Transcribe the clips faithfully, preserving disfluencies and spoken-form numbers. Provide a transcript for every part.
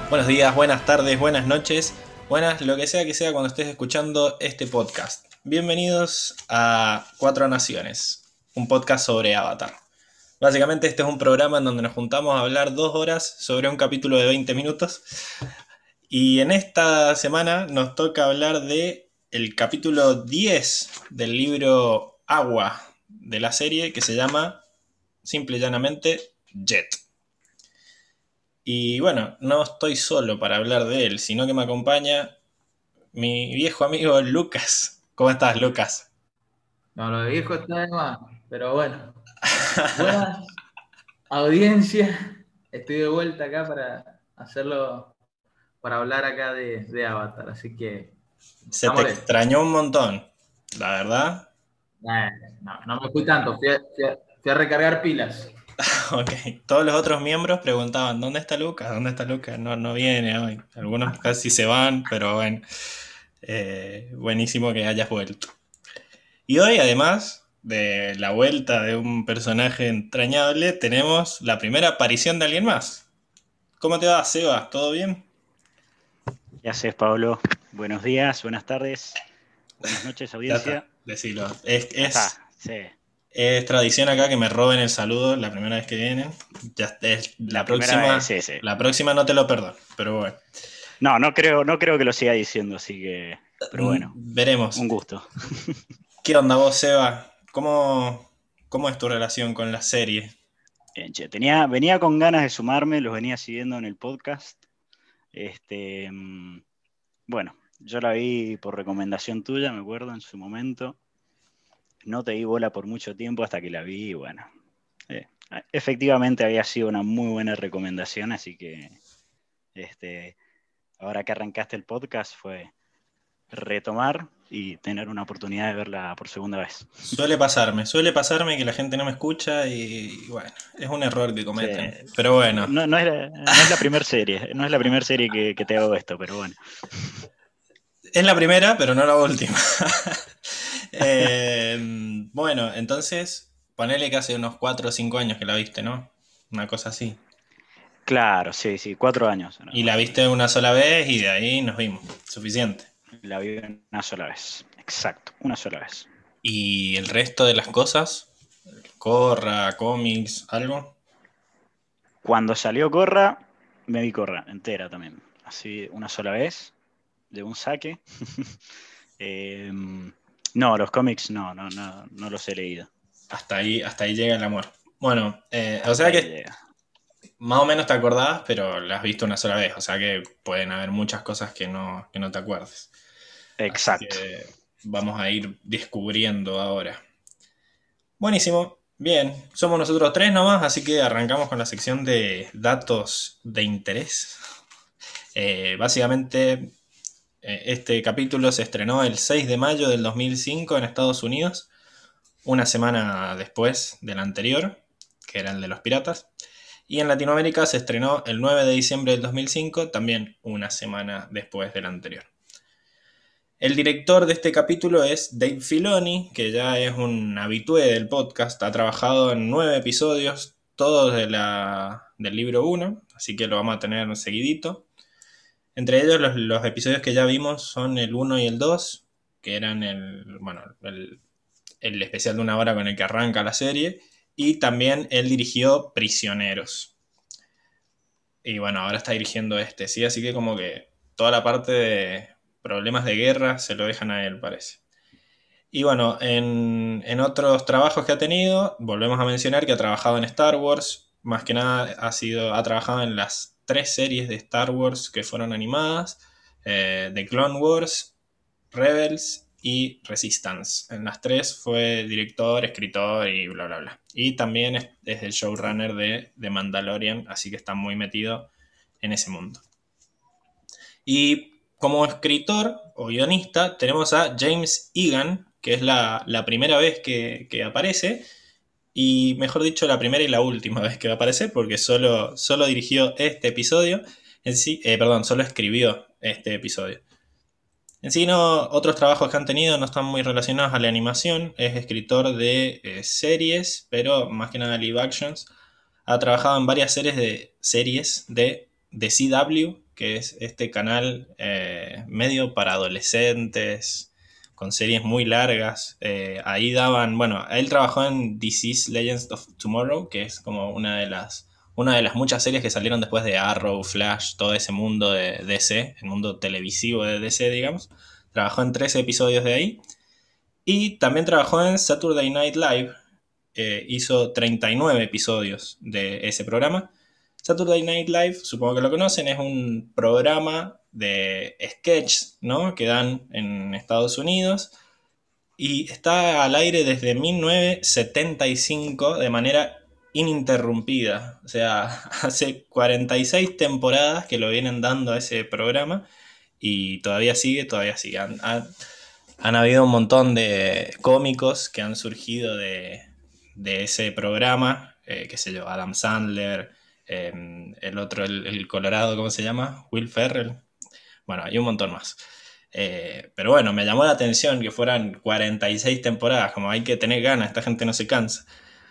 Buenos días, buenas tardes, buenas noches, buenas lo que sea que sea cuando estés escuchando este podcast. Bienvenidos a Cuatro Naciones, un podcast sobre Avatar. Básicamente este es un programa en donde nos juntamos a hablar dos horas sobre un capítulo de veinte minutos. Y en esta semana nos toca hablar de el capítulo diez del libro Agua de la serie, que se llama simple y llanamente Jet. Y bueno, no estoy solo para hablar de él, sino que me acompaña mi viejo amigo Lucas. ¿Cómo estás, Lucas? No, lo de viejo está de más, pero bueno. Buenas audiencias. Estoy de vuelta acá para hacerlo, para hablar acá de, de Avatar, así que Se te dámosle. extrañó un montón, la verdad. Eh, no, no me fui tanto, fui a, fui a- fui a recargar pilas. Ok, todos los otros miembros preguntaban, ¿dónde está Lucas? ¿Dónde está Lucas? No, no viene hoy. Algunos casi se van, pero bueno, eh, buenísimo que hayas vuelto. Y hoy, además de la vuelta de un personaje entrañable, tenemos la primera aparición de alguien más. ¿Cómo te va, Seba? ¿Todo bien? ¿Qué haces, Pablo? Buenos días, buenas tardes, buenas noches, Ya está, audiencia. decilo. Es, Ya está, es, sí. es tradición acá que me roben el saludo la primera vez que vienen. Ya es, la La primera vez, próxima, sí, sí. la próxima no te lo perdono, pero bueno. No, no creo, no creo que lo siga diciendo, así que. Pero Mm, bueno, Veremos. un gusto. ¿Qué onda vos, Seba? ¿Cómo, cómo es tu relación con la serie? Bien, che, tenía, venía con ganas de sumarme, los venía siguiendo en el podcast. Este, mm, bueno, yo la vi por recomendación tuya, me acuerdo, en su momento. No te di bola por mucho tiempo hasta que la vi y bueno. eh, efectivamente había sido una muy buena recomendación, así que este, ahora que arrancaste el podcast fue retomar y tener una oportunidad de verla por segunda vez. Suele pasarme, suele pasarme que la gente no me escucha y, bueno, es un error que Sí, cometen. Pero bueno, no, no es la, no es la primera serie, no es la primera serie que, que te hago esto, pero bueno. es la primera, pero no la última. Eh, bueno, entonces, ponele que hace unos cuatro o cinco años que la viste, ¿no? Una cosa así. Claro, sí, sí, cuatro años, ¿no? Y la Más o viste menos. una sola vez y de ahí nos vimos. Suficiente. La vi una sola vez, exacto, una sola vez. ¿Y el resto de las cosas? Corra, cómics, algo. Cuando salió Corra, me vi Corra entera también, así una sola vez, de un saque. Eh, no, los cómics no, no, no, no los he leído. Hasta ahí, hasta ahí llega el amor. Bueno, eh, o Hasta sea ahí que llega. más o menos te acordás, pero la has visto una sola vez. O sea que pueden haber muchas cosas que no, que no te acuerdes. Así Exacto. que vamos a ir descubriendo ahora. Buenísimo. Bien, somos nosotros tres nomás, así que arrancamos con la sección de datos de interés. Eh, básicamente, eh, este capítulo se estrenó el seis de mayo del dos mil cinco en Estados Unidos, una semana después del anterior, que era el de los piratas. Y en Latinoamérica se estrenó el nueve de diciembre del dos mil cinco, también una semana después del anterior. El director de este capítulo es Dave Filoni, que ya es un habitué del podcast. Ha trabajado en nueve episodios, todos de la, del libro uno, así que lo vamos a tener seguidito. Entre ellos, los, los episodios que ya vimos son el uno y el dos, que eran el, bueno, el, el especial de una hora con el que arranca la serie. Y también él dirigió Prisioneros. Y bueno, ahora está dirigiendo este, sí, así que como que toda la parte de problemas de guerra se lo dejan a él, parece. Y bueno, en, en otros trabajos que ha tenido, volvemos a mencionar que ha trabajado en Star Wars, más que nada ha, sido, ha trabajado en las tres series de Star Wars que fueron animadas, eh, The Clone Wars, Rebels y Resistance. En las tres fue director, escritor y bla, bla, bla. Y también es, es el showrunner de The Mandalorian, así que está muy metido en ese mundo. Y como escritor o guionista tenemos a James Egan, que es la, la primera vez que, que aparece, y mejor dicho, la primera y la última vez que va a aparecer, porque solo, solo dirigió este episodio, en sí, eh, perdón, solo escribió este episodio. En sí, no, otros trabajos que han tenido no están muy relacionados a la animación. Es escritor de eh, series, pero más que nada live actions. Ha trabajado en varias series de series de, de C W, que es este canal eh, medio para adolescentes, con series muy largas. Eh, ahí daban, bueno, él trabajó en D C's Legends of Tomorrow, que es como una de las, una de las muchas series que salieron después de Arrow, Flash, todo ese mundo de D C, el mundo televisivo de D C, digamos. Trabajó en trece episodios de ahí. Y también trabajó en Saturday Night Live. Eh, hizo treinta y nueve episodios de ese programa. Saturday Night Live, supongo que lo conocen, es un programa de sketch, ¿no?, que dan en Estados Unidos y está al aire desde mil novecientos setenta y cinco de manera ininterrumpida. O sea, hace cuarenta y seis temporadas que lo vienen dando a ese programa y todavía sigue, todavía sigue. Han, han, han habido un montón de cómicos que han surgido de, de ese programa, eh, qué sé yo, Adam Sandler, eh, el otro, el, el Colorado, ¿cómo se llama? Will Ferrell. Bueno, hay un montón más. Eh, pero bueno, me llamó la atención que fueran cuarenta y seis temporadas, como hay que tener ganas, esta gente no se cansa.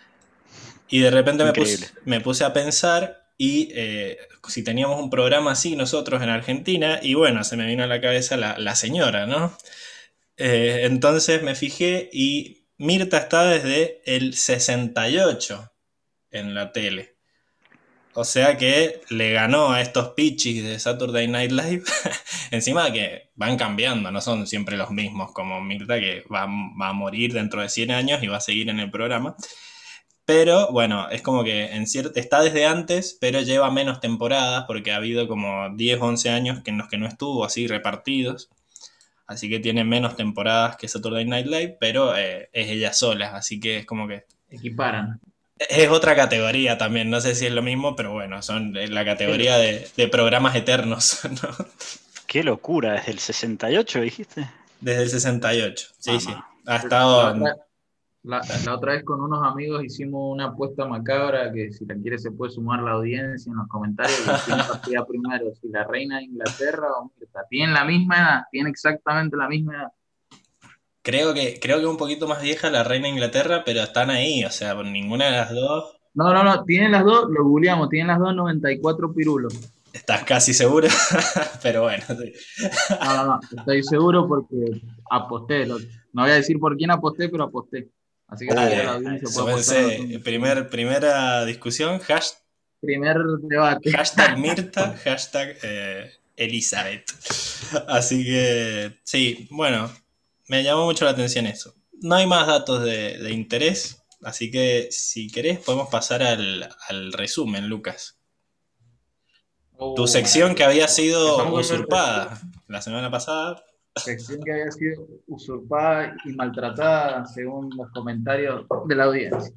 Y de repente me puse, me puse a pensar y eh, si teníamos un programa así nosotros en Argentina, y bueno, se me vino a la cabeza la, la señora, ¿no? Eh, entonces me fijé y Mirta está desde el sesenta y ocho en la tele. O sea que le ganó a estos pichis de Saturday Night Live. Encima que van cambiando, no son siempre los mismos, como Mirta, que va, va a morir dentro de cien años y va a seguir en el programa. Pero bueno, es como que en cierto, está desde antes, pero lleva menos temporadas porque ha habido como diez, once años en los que no estuvo así repartidos. Así que tiene menos temporadas que Saturday Night Live, pero eh, es ella sola, así que es como que... Equiparan. Es otra categoría también, no sé si es lo mismo, pero bueno, son la categoría de, de programas eternos, ¿no? Qué locura, desde el sesenta y ocho dijiste. Desde el sesenta y ocho, sí, Mamá. sí. Ha estado... La otra, la, la otra vez con unos amigos hicimos una apuesta macabra que si la quiere se puede sumar la audiencia en los comentarios. ¿Quién partía primero? Si la reina de Inglaterra o Mirta. Tienen la misma edad, tienen exactamente la misma edad. Creo que, creo que un poquito más vieja la reina de Inglaterra, pero están ahí, o sea, por ninguna de las dos. No, no, no, tienen las dos, lo googleamos, tienen las dos noventa y cuatro pirulos. Estás casi seguro, pero bueno. Sí. No, no, no, estoy seguro porque aposté. Lo, no voy a decir por quién aposté, pero aposté. Así que Dale, la audiencia puede súbense, apostar. primer, primera discusión, hashtag, Primer debate. hashtag Mirta, hashtag eh, Elizabeth. Así que, sí, bueno, me llamó mucho la atención eso. No hay más datos de, de interés, así que si querés podemos pasar al, al resumen, Lucas. Oh, Tu sección que había sido empezamos con el usurpada la semana pasada. sección que había sido usurpada y maltratada según los comentarios de la audiencia.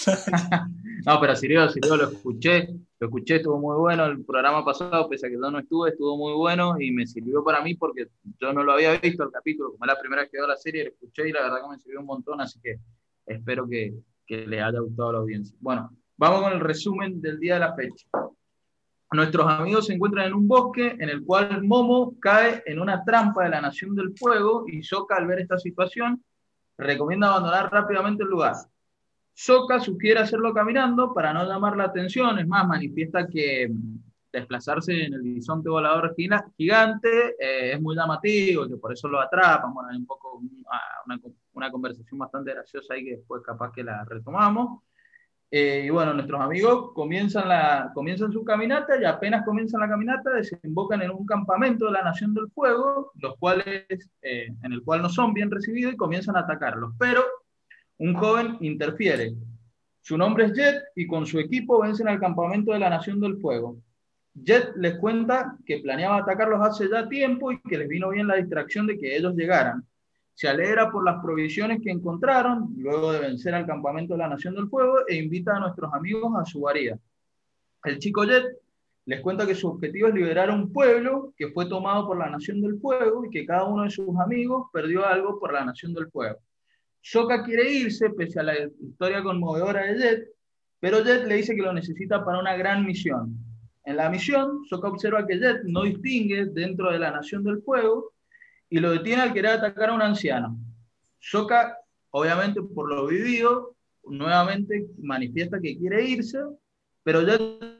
No, pero sirvió, sirvió, lo escuché, lo escuché, estuvo muy bueno el programa pasado, pese a que yo no estuve, estuvo muy bueno y me sirvió para mí porque yo no lo había visto el capítulo, como es la primera vez que veo la serie, lo escuché y la verdad que me sirvió un montón, así que espero que, que les haya gustado a la audiencia. Bueno, vamos con el resumen del día de la fecha. Nuestros amigos se encuentran en un bosque en el cual Momo cae en una trampa de la Nación del Fuego y Sokka, al ver esta situación, recomienda abandonar rápidamente el lugar. Sokka sugiere hacerlo caminando para no llamar la atención, es más, manifiesta que desplazarse en el bisonte volador gigante eh, es muy llamativo, que por eso lo atrapan. Bueno, hay un poco una, una conversación bastante graciosa ahí que después capaz que la retomamos. Eh, y bueno, nuestros amigos comienzan, la, comienzan su caminata y apenas comienzan la caminata desembocan en un campamento de la Nación del Fuego, los cuales, eh, en el cual no son bien recibidos y comienzan a atacarlos. Pero un joven interfiere. Su nombre es Jet y con su equipo vencen al campamento de la Nación del Fuego. Jet les cuenta que planeaba atacarlos hace ya tiempo y que les vino bien la distracción de que ellos llegaran. Se alegra por las provisiones que encontraron luego de vencer al campamento de la Nación del Fuego e invita a nuestros amigos a su guarida. El chico Jet les cuenta que su objetivo es liberar a un pueblo que fue tomado por la Nación del Fuego y que cada uno de sus amigos perdió algo por la Nación del Fuego. Sokka quiere irse pese a la historia conmovedora de Jet, pero Jet le dice que lo necesita para una gran misión. En la misión, Sokka observa que Jet no distingue dentro de la Nación del Fuego y lo detiene al querer atacar a un anciano. Sokka, obviamente por lo vivido, nuevamente manifiesta que quiere irse, pero Jet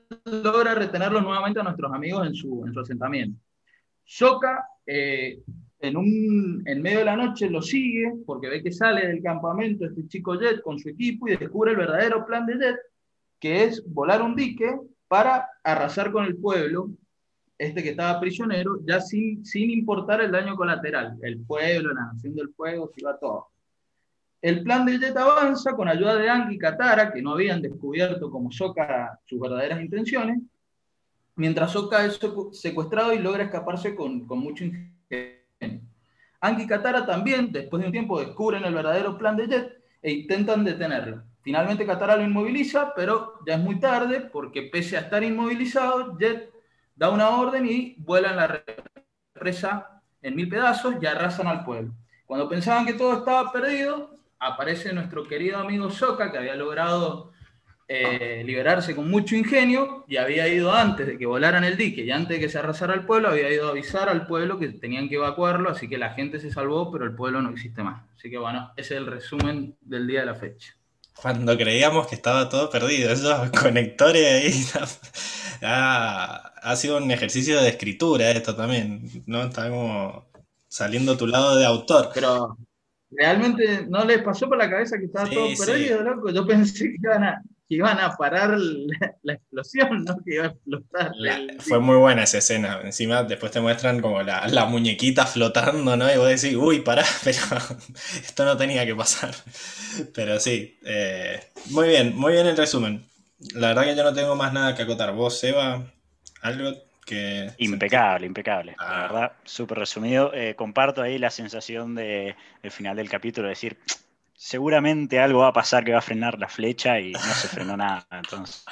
logra retenerlos nuevamente a nuestros amigos en su, en su asentamiento. Sokka, eh, en, un, en medio de la noche, lo sigue porque ve que sale del campamento este chico Jet con su equipo y descubre el verdadero plan de Jet, que es volar un dique para arrasar con el pueblo, este que estaba prisionero, ya sin, sin importar el daño colateral. El pueblo, la nación del fuego, se iba todo. El plan de Jet avanza con ayuda de Aang y Katara, que no habían descubierto como Sokka sus verdaderas intenciones, mientras Sokka es secuestrado y logra escaparse con, con mucho ingenio. Aang y Katara también, después de un tiempo, descubren el verdadero plan de Jet e intentan detenerlo. Finalmente Katara lo inmoviliza, pero ya es muy tarde, porque pese a estar inmovilizado, Jet da una orden y vuelan la represa en mil pedazos y arrasan al pueblo. Cuando pensaban que todo estaba perdido, aparece nuestro querido amigo Sokka, que había logrado eh, liberarse con mucho ingenio y había ido antes de que volaran el dique y antes de que se arrasara el pueblo, había ido a avisar al pueblo que tenían que evacuarlo, así que la gente se salvó, pero el pueblo no existe más. Así que bueno, ese es el resumen del día de la fecha. Cuando creíamos que estaba todo perdido, esos conectores ahí. Ah, ha sido un ejercicio de escritura esto también, ¿no? Está como saliendo tu lado de autor. Pero realmente no les pasó por la cabeza que estaba Sí, todo perdido, sí. loco. Yo pensé que iban a, que iban a parar la, la explosión, ¿no? Que iba a explotar. La- El... fue muy buena esa escena. Encima después te muestran como la, la muñequita flotando, ¿no? Y vos decís, uy, pará, pero esto no tenía que pasar. Pero sí, eh, muy bien, muy bien el resumen. La verdad que yo no tengo más nada que acotar. ¿Vos, Seba, algo que sentís? Impecable, impecable. La Ah, verdad, súper resumido. Eh, comparto ahí la sensación de, del final del capítulo, de decir, seguramente algo va a pasar que va a frenar la flecha y no se frenó nada. Entonces,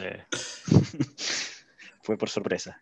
fue por sorpresa.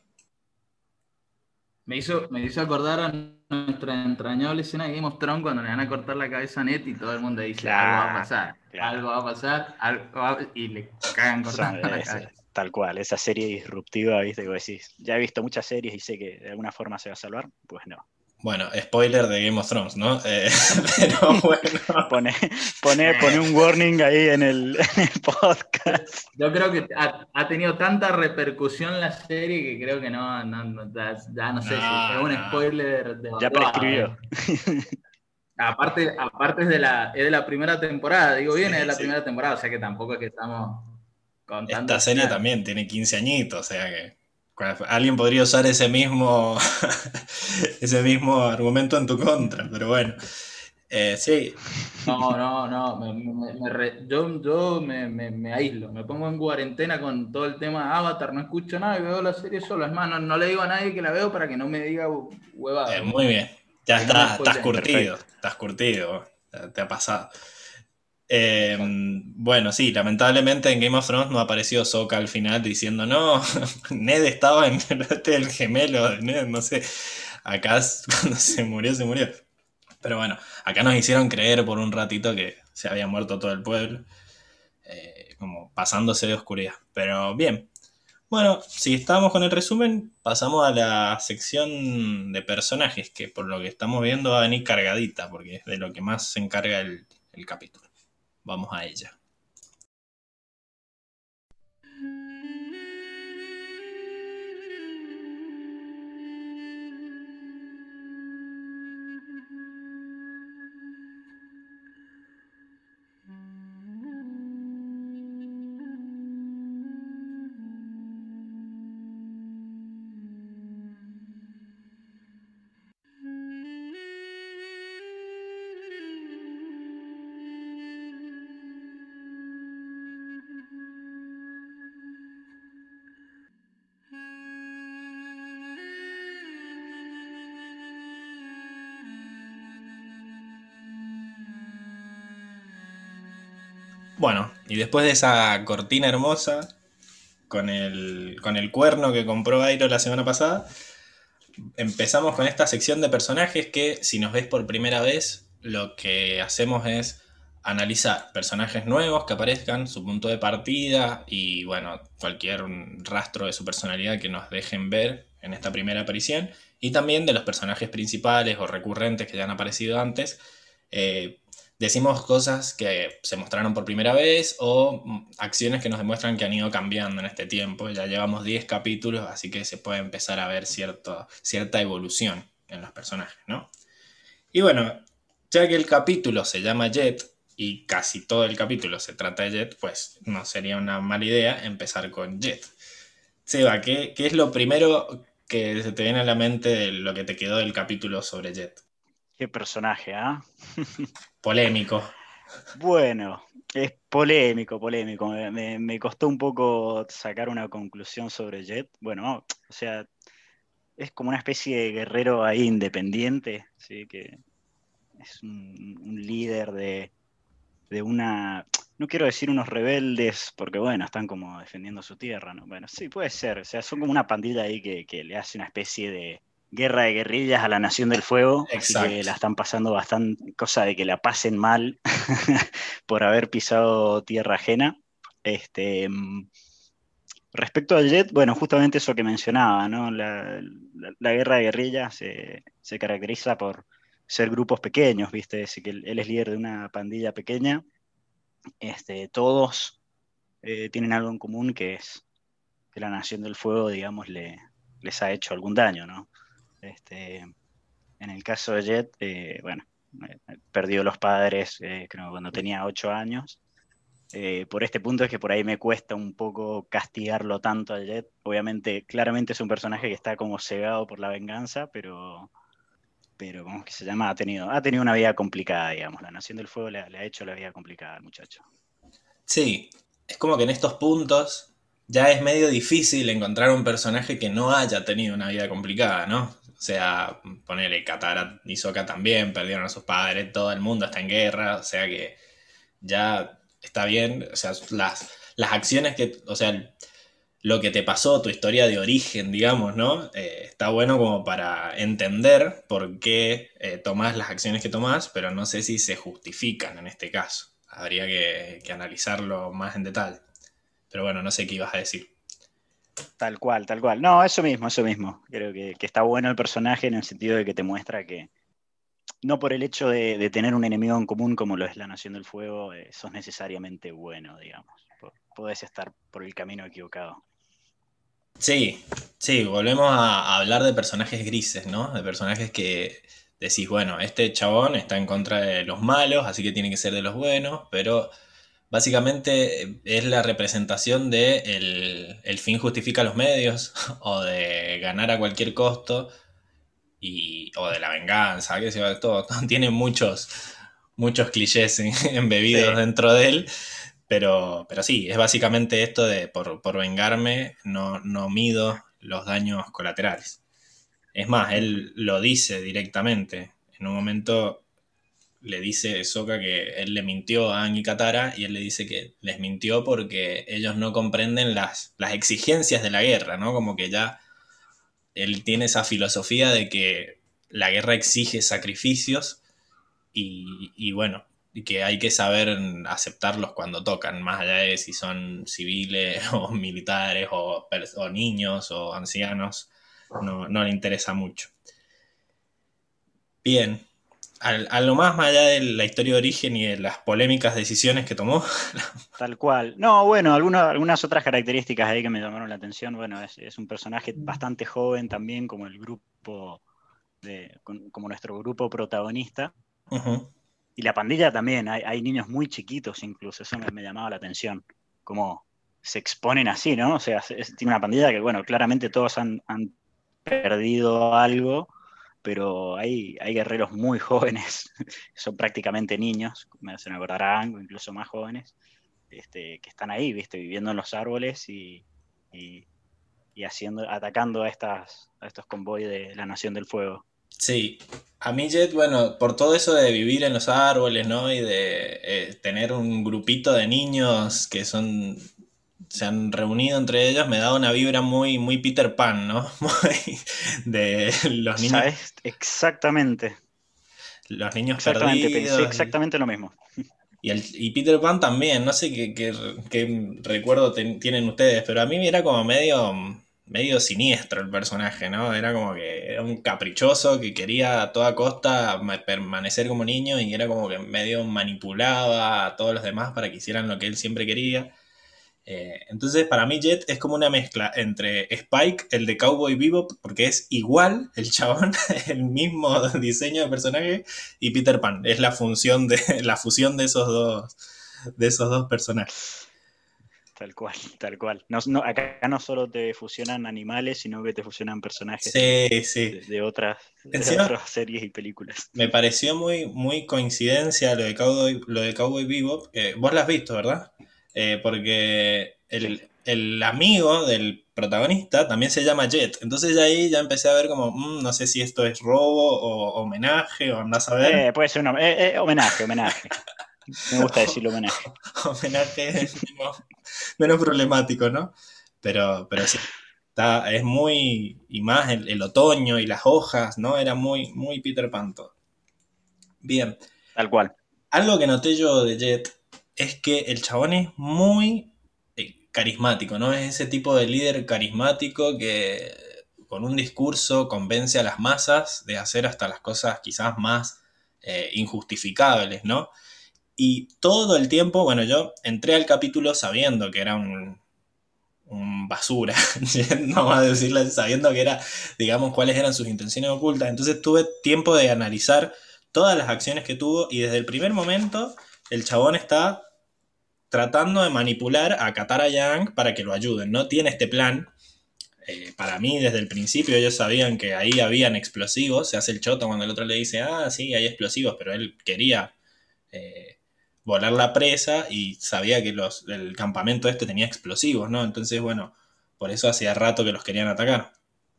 Me hizo, me hizo acordar a nuestra entrañable escena de Game of Thrones cuando le van a cortar la cabeza a Ned y todo el mundo dice, Claro, algo va a pasar, claro. algo va a pasar, algo va a... y le cagan Son, cortando la es, cabeza. tal cual, esa serie disruptiva, ¿viste? Que vos decís, ya he visto muchas series y sé que de alguna forma se va a salvar. Pues no. bueno, spoiler de Game of Thrones, ¿no? Eh, pero bueno. Pone, pone, pone un warning ahí en el, en el podcast. Yo creo que ha, ha tenido tanta repercusión la serie que creo que no, no, no ya, ya no sé No, si es un no. spoiler de Ya prescribió. Aparte, aparte es de, la, es de la primera temporada, digo bien, es de Sí, la sí. primera temporada, o sea que tampoco es que estamos contando Esta el serie final. también tiene quince añitos, o sea que alguien podría usar ese mismo ese mismo argumento en tu contra, pero bueno. Eh, sí. No, no, no, me, me, me re, yo, yo me, me, me, aíslo, me pongo en cuarentena con todo el tema de Avatar, no escucho nada y veo la serie solo. Es más, no, no le digo a nadie que la veo para que no me diga huevada, Eh, muy bien. Ya para que no me estás, estás spoileen. curtido, Perfecto. estás curtido, te ha pasado. Eh, bueno, sí, lamentablemente en Game of Thrones no apareció Sokka al final diciendo no, Ned estaba en este el gemelo de Ned, no sé. Acá cuando se murió, se murió. Pero bueno, acá nos hicieron creer por un ratito que se había muerto todo el pueblo, eh, como pasándose de oscuridad. Pero bien, bueno, si estamos con el resumen, pasamos a la sección de personajes, que por lo que estamos viendo va a venir cargadita, porque es de lo que más se encarga el, el capítulo. Vamos a ella. Bueno, y después de esa cortina hermosa, con el, con el cuerno que compró Airo la semana pasada, empezamos con esta sección de personajes que, si nos ves por primera vez, lo que hacemos es analizar personajes nuevos que aparezcan, su punto de partida y, bueno, cualquier rastro de su personalidad que nos dejen ver en esta primera aparición, y también de los personajes principales o recurrentes que ya han aparecido antes, eh, decimos cosas que se mostraron por primera vez o mm, acciones que nos demuestran que han ido cambiando en este tiempo. Ya llevamos diez capítulos, así que se puede empezar a ver cierto, cierta evolución en los personajes, ¿no? Y bueno, ya que el capítulo se llama Jet y casi todo el capítulo se trata de Jet, pues no sería una mala idea empezar con Jet. Seba, ¿qué, qué es lo primero que se te viene a la mente de lo que te quedó del capítulo sobre Jet? Qué personaje, ¿ah? Polémico. Bueno, es polémico, polémico. Me, me- me costó un poco sacar una conclusión sobre Jet. Bueno, no, o sea, es como una especie de guerrero ahí independiente, ¿sí? Que es un, un líder de, de una, no quiero decir unos rebeldes, porque bueno, están como defendiendo su tierra, ¿no? Bueno, sí, puede ser. O sea, son como una pandilla ahí que, que le hace una especie de guerra de guerrillas a la Nación del Fuego, así que Exacto. la están pasando bastante, cosa de que la pasen mal por haber pisado tierra ajena. Este, mm, respecto al Jet, bueno, justamente eso que mencionaba, ¿no? La, la- la guerra de guerrillas se, se caracteriza por ser grupos pequeños, ¿viste? Así que él, él es líder de una pandilla pequeña. Este, todos eh, tienen algo en común, que es que la Nación del Fuego, digamos, le, les ha hecho algún daño, ¿no? Este, en el caso de Jet, eh, bueno, eh, perdió los padres, eh, creo, cuando tenía ocho años. Eh, por este punto es que por ahí me cuesta un poco castigarlo tanto a Jet. Obviamente, claramente es un personaje que está como cegado por la venganza, pero, pero ¿cómo es que se llama? Ha tenido, ha tenido una vida complicada, digamos. La Nación del Fuego le, le ha hecho la vida complicada al muchacho. Sí, es como que en estos puntos ya es medio difícil encontrar un personaje que no haya tenido una vida complicada, ¿no? O sea, ponele Katara y Sokka también, perdieron a sus padres, todo el mundo está en guerra, o sea que ya está bien, o sea, las, las acciones que, o sea, lo que te pasó, tu historia de origen, digamos, ¿no? Eh, está bueno como para entender por qué eh, tomás las acciones que tomás, pero no sé si se justifican en este caso. Habría que, que analizarlo más en detalle. Pero bueno, no sé qué ibas a decir. Tal cual, tal cual. No, eso mismo, eso mismo. Creo que, que está bueno el personaje en el sentido de que te muestra que no por el hecho de, de tener un enemigo en común como lo es la Nación del Fuego, eh, sos necesariamente bueno, digamos. Po- Podés estar por el camino equivocado. Sí, sí, volvemos a, a hablar de personajes grises, ¿no? De personajes que decís, bueno, este chabón está en contra de los malos, así que tiene que ser de los buenos, pero básicamente eh, es la representación de el, el fin justifica los medios, o de ganar a cualquier costo, y, o de la venganza, que se va todo. Tiene muchos, muchos clichés en- embebidos Sí, dentro de él, pero, pero sí, es básicamente esto de por, por vengarme no, no mido los daños colaterales. Es más, él lo dice directamente. En un momento le dice Sokka que él le mintió a Aang y Katara y él le dice que les mintió porque ellos no comprenden las, las exigencias de la guerra, ¿no? Como que ya él tiene esa filosofía de que la guerra exige sacrificios y, y bueno, y que hay que saber aceptarlos cuando tocan, más allá de si son civiles o militares o, o niños o ancianos, no, no le interesa mucho. Bien, a, a lo más, más allá de la historia de origen y de las polémicas decisiones que tomó. tal cual. No, bueno, alguna- algunas otras características ahí que me llamaron la atención. Bueno, es, es un personaje bastante joven también, como el grupo de, con- como nuestro grupo protagonista. Ujú. Y la pandilla también, hay, hay niños muy chiquitos incluso, eso me, me llamaba la atención, cómo se exponen así, ¿no? O sea, es- tiene una pandilla que, bueno, claramente todos han, han perdido algo, pero hay, hay guerreros muy jóvenes, que son prácticamente niños, me hacen acordar a Ango, incluso más jóvenes, este, que están ahí, ¿viste? Viviendo en los árboles y, y, y haciendo, atacando a, estas, a estos convoys de la Nación del Fuego. Sí, a mí Jet, bueno, por todo eso de vivir en los árboles, ¿no? Y de eh, tener un grupito de niños que son, se han reunido entre ellos, me da una vibra muy, muy Peter Pan, ¿no? Muy de los niños, ¿Sabes? Exactamente, los niños exactamente, pensé perdidos y, exactamente lo mismo. y, el, y Peter Pan también, no sé qué, qué- qué recuerdo ten- tienen ustedes, pero a mí era como medio, medio siniestro el personaje, ¿no? Era como que era un caprichoso que quería a toda costa ma- permanecer como niño y era como que medio manipulaba a todos los demás para que hicieran lo que él siempre quería. Eh, entonces, para mí, Jet es como una mezcla entre Spike, el de Cowboy Bebop, porque es igual el chabón, el mismo diseño de personaje, y Peter Pan. Es la función de la fusión de esos dos, de esos dos personajes. Tal cual, tal cual. No, no, acá no solo te fusionan animales, sino que te fusionan personajes de, Sí, sí. de, de otras, de Encima, otras series y películas. me pareció muy, muy coincidencia lo de Cowboy, lo de Cowboy Bebop. Que vos la has visto, ¿verdad? Eh, porque Sí. el, el amigo del protagonista también se llama Jet. Entonces ya ahí ya empecé a ver como, mm, no sé si esto es robo o homenaje o andás a ver. Eh, puede ser un hom- eh, eh, homenaje, homenaje. Me gusta decirlo homenaje. Homenaje menos, menos problemático, ¿no? Pero, pero sí, está, es muy, y más el, el otoño y las hojas, ¿no? Era muy, muy Peter Pan todo. Bien. Tal cual. Algo que noté yo de Jet es que el chabón es muy eh, carismático, ¿no? Es ese tipo de líder carismático que con un discurso convence a las masas de hacer hasta las cosas quizás más eh, injustificables, ¿no? Y todo el tiempo, bueno, yo entré al capítulo sabiendo que era un, un basura, no a decirle, sabiendo que era, digamos, cuáles eran sus intenciones ocultas. Entonces tuve tiempo de analizar todas las acciones que tuvo y desde el primer momento el chabón está tratando de manipular a Katara Yang para que lo ayuden, ¿no? Tiene este plan. Eh, para mí, desde el principio, ellos sabían que ahí habían explosivos. Se hace el choto cuando el otro le dice, ah, sí, hay explosivos, pero él quería eh, volar la presa y sabía que los, el campamento este tenía explosivos, ¿no? Entonces, bueno, por eso hacía rato que los querían atacar.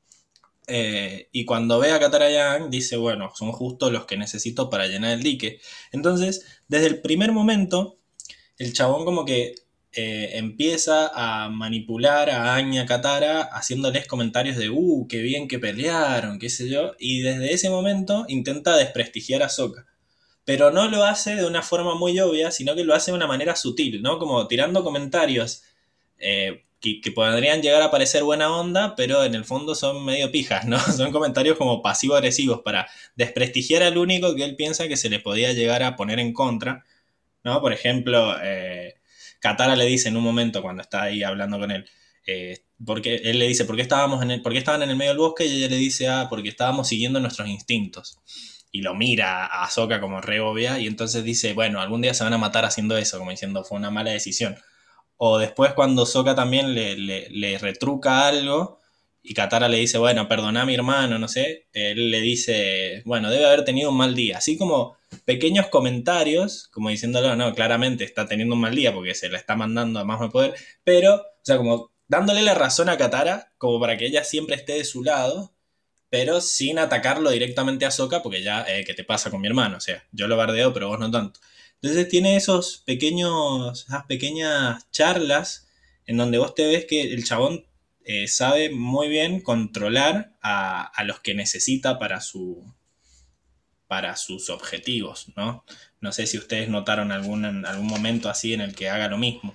Eh, y cuando ve a Katara Yang, dice, bueno, son justo los que necesito para llenar el dique. Entonces, desde el primer momento, el chabón como que eh, empieza a manipular a Anya Katara haciéndoles comentarios de, uh, qué bien que pelearon, qué sé yo, y desde ese momento intenta desprestigiar a Sokka. Pero no lo hace de una forma muy obvia, sino que lo hace de una manera sutil, ¿no? Como tirando comentarios eh, que, que podrían llegar a parecer buena onda, pero en el fondo son medio pijas, ¿no? Son comentarios como pasivo-agresivos para desprestigiar al único que él piensa que se le podía llegar a poner en contra, ¿no? Por ejemplo, eh, Katara le dice en un momento cuando está ahí hablando con él, eh, porque él le dice, ¿por qué, estábamos en el, ¿por qué estaban en el medio del bosque? Y ella le dice, ah, porque estábamos siguiendo nuestros instintos. Y lo mira a Ahsoka como re obvia y entonces dice, bueno, algún día se van a matar haciendo eso, como diciendo, fue una mala decisión. O después cuando Sokka también le, le, le retruca algo y Katara le dice, bueno, perdona a mi hermano, no sé, él le dice, bueno, debe haber tenido un mal día. Así como pequeños comentarios, como diciéndolo, no, claramente está teniendo un mal día porque se la está mandando a más no poder, pero, o sea, como dándole la razón a Katara, como para que ella siempre esté de su lado, pero sin atacarlo directamente a Sokka, porque ya, eh, ¿qué te pasa con mi hermano? O sea, yo lo bardeo, pero vos no tanto. Entonces tiene esos pequeños, esas pequeñas charlas en donde vos te ves que el chabón eh, sabe muy bien controlar a, a los que necesita para, su, para sus objetivos, ¿no? No sé si ustedes notaron algún, algún momento así en el que haga lo mismo.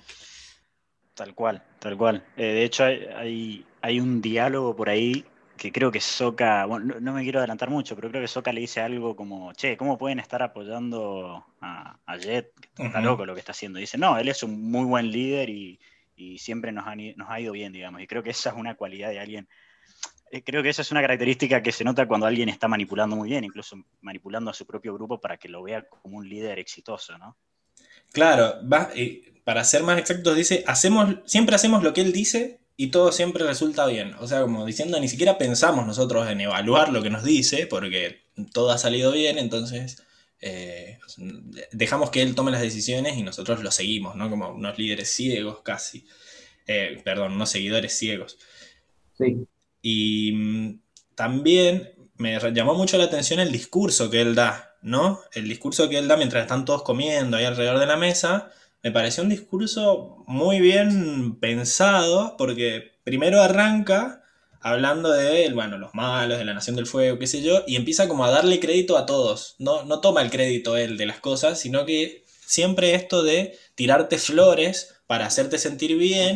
Tal cual, tal cual. Eh, de hecho, hay, hay, hay un diálogo por ahí que creo que Sokka, bueno, no, no me quiero adelantar mucho, pero creo que Sokka le dice algo como, che, ¿cómo pueden estar apoyando a, a Jet? Está Ujú. loco lo que está haciendo. Dice, no, él es un muy buen líder y, y siempre nos, han i- nos ha ido bien, digamos. Y creo que esa es una cualidad de alguien. eh, Creo que esa es una característica que se nota cuando alguien está manipulando muy bien, incluso manipulando a su propio grupo para que lo vea como un líder exitoso, ¿no? Claro, va, eh, para ser más exactos, dice, hacemos, siempre hacemos lo que él dice y todo siempre resulta bien. O sea, como diciendo, ni siquiera pensamos nosotros en evaluar lo que nos dice, porque todo ha salido bien, entonces eh, dejamos que él tome las decisiones y nosotros lo seguimos, ¿no? Como unos líderes ciegos casi. Eh, perdón, unos seguidores ciegos. Sí. Y mm, también me llamó mucho la atención el discurso que él da, ¿no? El discurso que él da mientras están todos comiendo ahí alrededor de la mesa, me pareció un discurso muy bien pensado, porque primero arranca hablando de, bueno, los malos, de la Nación del Fuego, qué sé yo, y empieza como a darle crédito a todos. No, no toma el crédito él de las cosas, sino que siempre esto de tirarte flores para hacerte sentir bien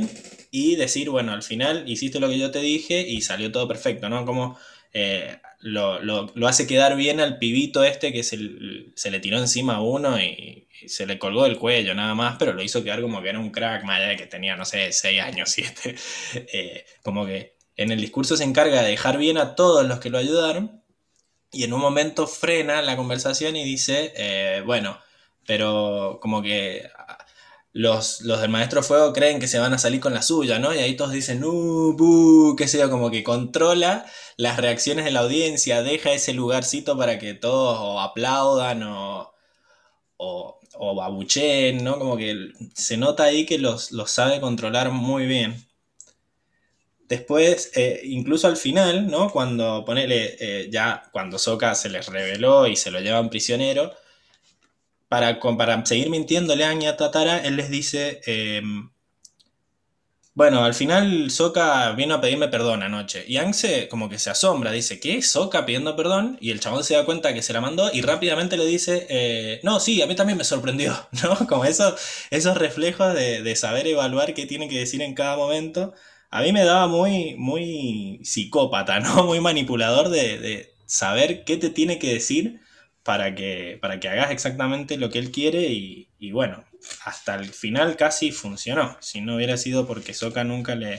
y decir, bueno, al final hiciste lo que yo te dije y salió todo perfecto, ¿no? Como eh, lo, lo, lo hace quedar bien al pibito este que se, se le tiró encima a uno y, y se le colgó del cuello nada más, pero lo hizo quedar como que era un crack, más allá de que tenía, no sé, seis años, siete. Eh, como que en el discurso se encarga de dejar bien a todos los que lo ayudaron y en un momento frena la conversación y dice, eh, bueno, pero como que los, los del Maestro Fuego creen que se van a salir con la suya, ¿no? Y ahí todos dicen, ¡uh, buh! Qué sé yo, como que controla las reacciones de la audiencia, deja ese lugarcito para que todos o aplaudan o, o, o abucheen, ¿no? Como que se nota ahí que los, los sabe controlar muy bien. Después, eh, incluso al final, ¿no? Cuando ponele, eh, ya cuando Sokka se les reveló y se lo llevan prisionero, para, para seguir mintiéndole a Aang y a Tatara, él les dice, eh, bueno, al final Sokka vino a pedirme perdón anoche. Y Aang se, como que se asombra, dice, ¿qué? ¿Sokka pidiendo perdón? Y el chabón se da cuenta que se la mandó y rápidamente le dice, eh, no, sí, a mí también me sorprendió, ¿no? Como eso, esos reflejos de, de saber evaluar qué tiene que decir en cada momento. A mí me daba muy, muy psicópata, ¿no? Muy manipulador de, de saber qué te tiene que decir para que, para que hagas exactamente lo que él quiere y, y bueno, hasta el final casi funcionó. Si no hubiera sido porque Sokka nunca le,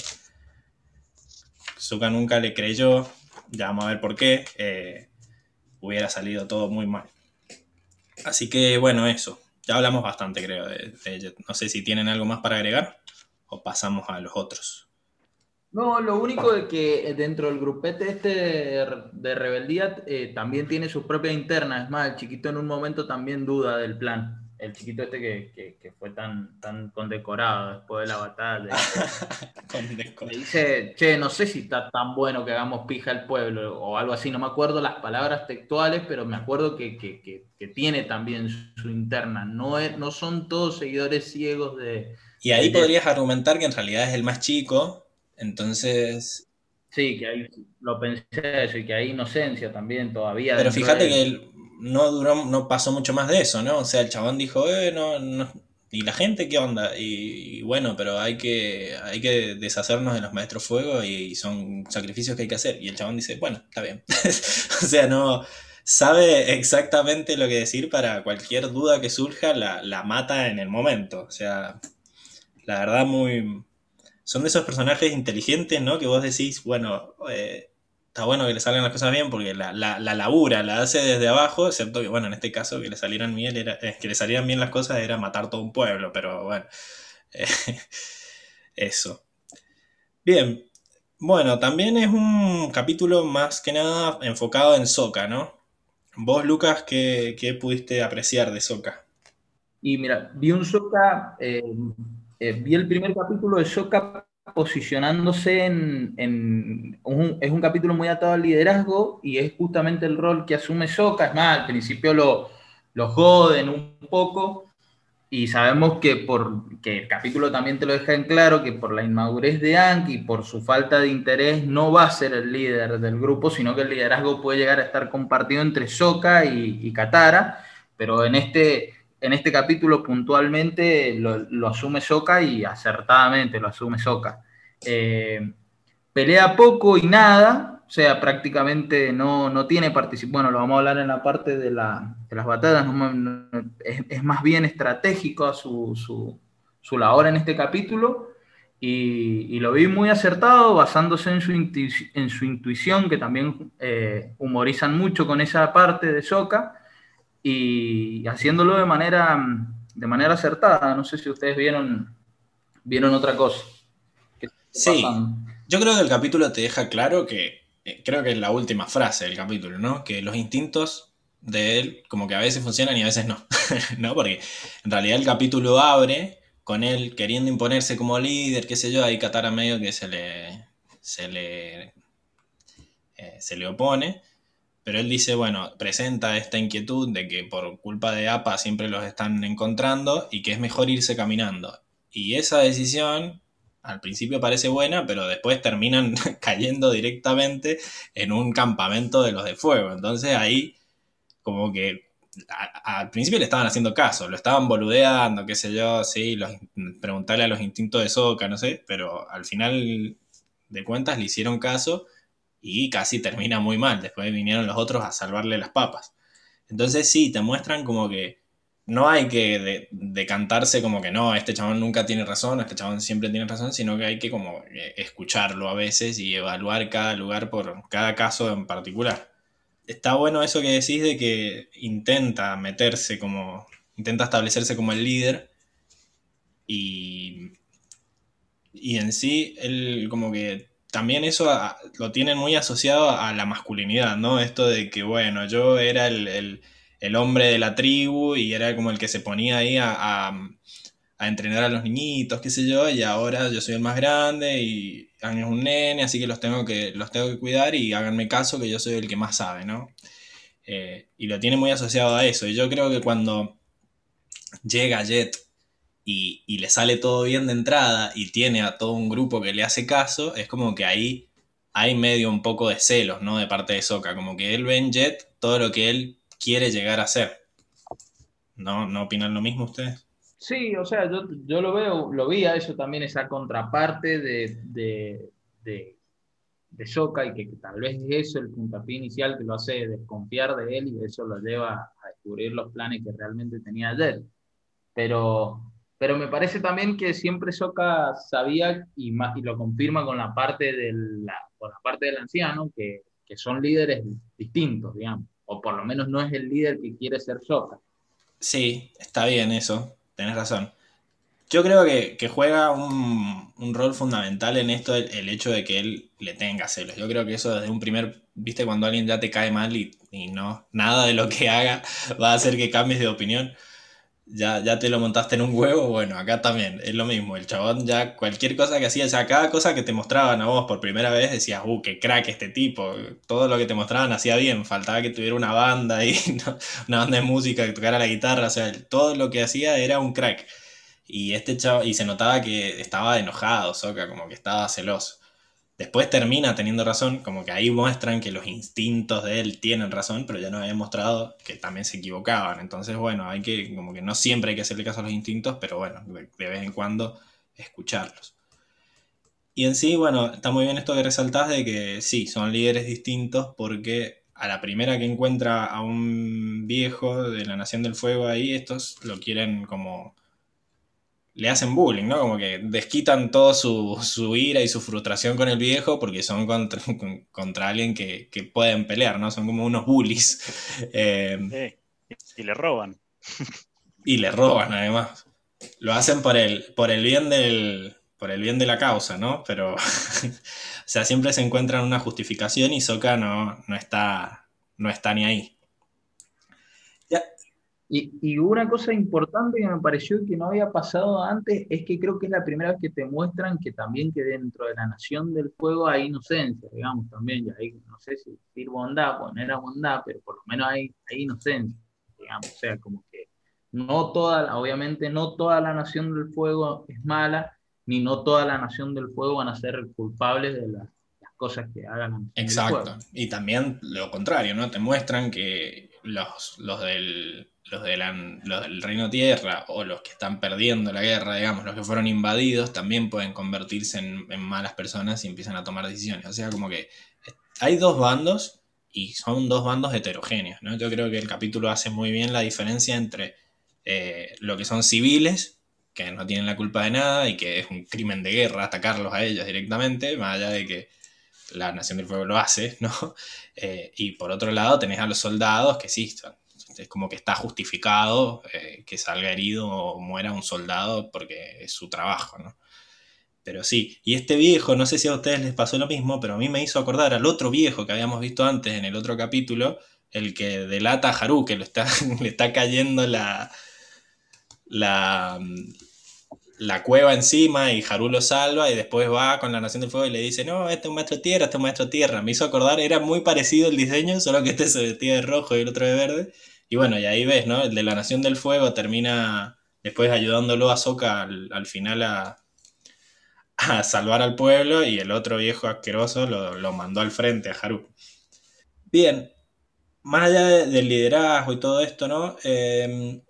Sokka nunca le creyó, ya vamos a ver por qué, eh, hubiera salido todo muy mal. Así que bueno, eso. Ya hablamos bastante, creo, de, de No sé si tienen algo más para agregar o pasamos a los otros. No, lo único es que dentro del grupete este de rebeldía eh, también tiene sus propias internas. Es más, el chiquito en un momento también duda del plan. El chiquito este que, que, que fue tan, tan condecorado después de la batalla. Le dice, che, no sé si está tan bueno que hagamos pija al pueblo o algo así. No me acuerdo las palabras textuales, pero me acuerdo que, que, que, que tiene también su interna. No, es, no son todos seguidores ciegos de... Y ahí podrías argumentar que en realidad es el más chico, entonces... Sí, que ahí lo pensé eso y que hay inocencia también todavía. Pero fíjate de que él no duró, no pasó mucho más de eso, ¿no? O sea, el chabón dijo, eh, no, no. ¿Y la gente qué onda? Y, y bueno, pero hay que, hay que deshacernos de los maestros fuego y son sacrificios que hay que hacer. Y el chabón dice, bueno, está bien. O sea, no sabe exactamente lo que decir para cualquier duda que surja, la, la mata en el momento. O sea, la verdad muy... Son de esos personajes inteligentes, ¿no? Que vos decís, bueno, eh, está bueno que le salgan las cosas bien porque la, la, la labura la hace desde abajo, excepto que, bueno, en este caso que le salieran bien, era, eh, que le salieran bien las cosas era matar todo un pueblo, pero bueno, eh, eso. Bien, bueno, también es un capítulo más que nada enfocado en Sokka, ¿no? Vos, Lucas, ¿qué, qué pudiste apreciar de Sokka? Y mira, vi un Sokka, eh, eh, vi el primer capítulo de Sokka posicionándose en, en un, es un capítulo muy atado al liderazgo y es justamente el rol que asume Sokka. Es más, al principio lo, lo joden un poco y sabemos que, por, que el capítulo también te lo deja en claro que por la inmadurez de Aang y por su falta de interés no va a ser el líder del grupo, sino que el liderazgo puede llegar a estar compartido entre Sokka y, y Katara, pero en este en este capítulo puntualmente lo, lo asume Sokka y acertadamente lo asume Sokka. Eh, pelea poco y nada, o sea, prácticamente no, no tiene participación. Bueno, lo vamos a hablar en la parte de, la, de las batallas, no, no, es, es, más bien estratégico su, su, su labor en este capítulo y, y, lo vi muy acertado, basándose en su, intu en su intuición, que también eh, humorizan mucho con esa parte de Sokka, y haciéndolo de manera, de manera acertada. No sé si ustedes vieron, vieron otra cosa. Sí, yo creo que el capítulo te deja claro que, eh, creo que es la última frase del capítulo, ¿no? Que los instintos de él como que a veces funcionan y a veces no, ¿no? Porque en realidad el capítulo abre con él queriendo imponerse como líder, qué sé yo, ahí Katara medio que se le, se le, eh, se le opone. Pero él dice, bueno, presenta esta inquietud de que por culpa de Appa siempre los están encontrando y que es mejor irse caminando. Y esa decisión al principio parece buena, pero después terminan cayendo directamente en un campamento de los de fuego. Entonces ahí como que a- al principio le estaban haciendo caso, lo estaban boludeando, qué sé yo, sí, los, preguntarle a los instintos de Sokka, no sé, pero al final de cuentas le hicieron caso y casi termina muy mal. Después vinieron los otros a salvarle las papas. Entonces sí, te muestran como que no hay que de- decantarse como que no, este chabón nunca tiene razón, este chabón siempre tiene razón, sino que hay que como eh, escucharlo a veces y evaluar cada lugar por cada caso en particular. Está bueno eso que decís de que intenta meterse como, intenta establecerse como el líder y, y en sí él como que también eso a- lo tienen muy asociado a la masculinidad, ¿no? Esto de que, bueno, yo era el, el- el hombre de la tribu y era como el que se ponía ahí a, a- a entrenar a los niñitos, qué sé yo, y ahora yo soy el más grande y Aang es un nene, así que los tengo que, los tengo que cuidar y háganme caso que yo soy el que más sabe, ¿no? Eh, y lo tiene muy asociado a eso. Y yo creo que cuando llega Jet y, y le sale todo bien de entrada y tiene a todo un grupo que le hace caso, es como que ahí hay medio un poco de celos, ¿no? De parte de Sokka, como que él ve en Jet todo lo que él quiere llegar a ser. ¿No, no opinan lo mismo ustedes? Sí, o sea, yo, yo lo veo, lo vi a eso también, esa contraparte de, de, de, de Sokka y que, que tal vez es eso el puntapié inicial que lo hace desconfiar de él y eso lo lleva a descubrir los planes que realmente tenía ayer. Pero, pero me parece también que siempre Sokka sabía y, ma- y lo confirma con la parte del, la, con la parte del anciano, que, que son líderes distintos, digamos, o por lo menos no es el líder que quiere ser Sokka. Sí, está bien eso, tenés razón. Yo creo que, que juega un, un rol fundamental en esto el, el hecho de que él le tenga celos. Yo creo que eso desde un primer, viste, cuando alguien ya te cae mal y, y no, nada de lo que haga va a hacer que cambies de opinión. Ya, ya te lo montaste en un huevo, bueno, acá también es lo mismo. El chabón ya cualquier cosa que hacía, o sea, cada cosa que te mostraban a vos por primera vez decías, uh, qué crack este tipo. Todo lo que te mostraban hacía bien, faltaba que tuviera una banda y ¿no? Una banda de música que tocara la guitarra, o sea, todo lo que hacía era un crack. Y este chavo, y se notaba que estaba enojado, Soca, como que estaba celoso. Después termina teniendo razón, como que ahí muestran que los instintos de él tienen razón, pero ya nos habían mostrado que también se equivocaban. Entonces, bueno, hay que, como que no siempre hay que hacerle caso a los instintos, pero bueno, de, de vez en cuando escucharlos. Y en sí, bueno, está muy bien esto que resaltás de que sí, son líderes distintos porque a la primera que encuentra a un viejo de la Nación del Fuego ahí, estos lo quieren como le hacen bullying, ¿no? Como que desquitan toda su, su ira y su frustración con el viejo porque son contra, contra alguien que, que pueden pelear, ¿no? Son como unos bullies. Eh, Sí, y le roban. y le roban además. Lo hacen por el, por el bien del, por el bien de la causa, ¿no? Pero, o sea, siempre se encuentran una justificación y Sokka no, no está, no está ni ahí. Ya. Y, y una cosa importante que me pareció que no había pasado antes es que creo que es la primera vez que te muestran que también que dentro de la Nación del Fuego hay inocencia, digamos, también, ya hay, no sé si decir bondad, pues no era bondad, pero por lo menos hay, hay inocencia, digamos, o sea, como que no toda, la- obviamente no toda la Nación del Fuego es mala, ni no toda la Nación del Fuego van a ser culpables de las, las cosas que haga la Nación del Exacto. Fuego. Y también lo contrario, ¿no? Te muestran que los, los del, los, de la- los del Reino Tierra o los que están perdiendo la guerra, digamos, los que fueron invadidos, también pueden convertirse en, en malas personas y empiezan a tomar decisiones. O sea, como que hay dos bandos y son dos bandos heterogéneos, ¿no? Yo creo que el capítulo hace muy bien la diferencia entre eh, lo que son civiles, que no tienen la culpa de nada y que es un crimen de guerra atacarlos a ellos directamente, más allá de que la Nación del Fuego lo hace, ¿no? Eh, y por otro lado tenés a los soldados que sí, es como que está justificado eh, que salga herido o muera un soldado porque es su trabajo, ¿no? Pero sí, y este viejo, no sé si a ustedes les pasó lo mismo, pero a mí me hizo acordar al otro viejo que habíamos visto antes en el otro capítulo, el que delata a Haru, que lo está, le está cayendo la, la, la cueva encima y Haru lo salva y después va con la Nación del Fuego y le dice, no, este es un maestro tierra, este es un maestro tierra. Me hizo acordar, era muy parecido el diseño, solo que este se vestía de rojo y el otro de verde. Y bueno, y ahí ves, ¿no? El de la Nación del Fuego termina después ayudándolo a Sokka al, al final a, a salvar al pueblo y el otro viejo asqueroso lo, lo mandó al frente a Haru. Bien, más allá de- del liderazgo y todo esto, ¿no? Eh,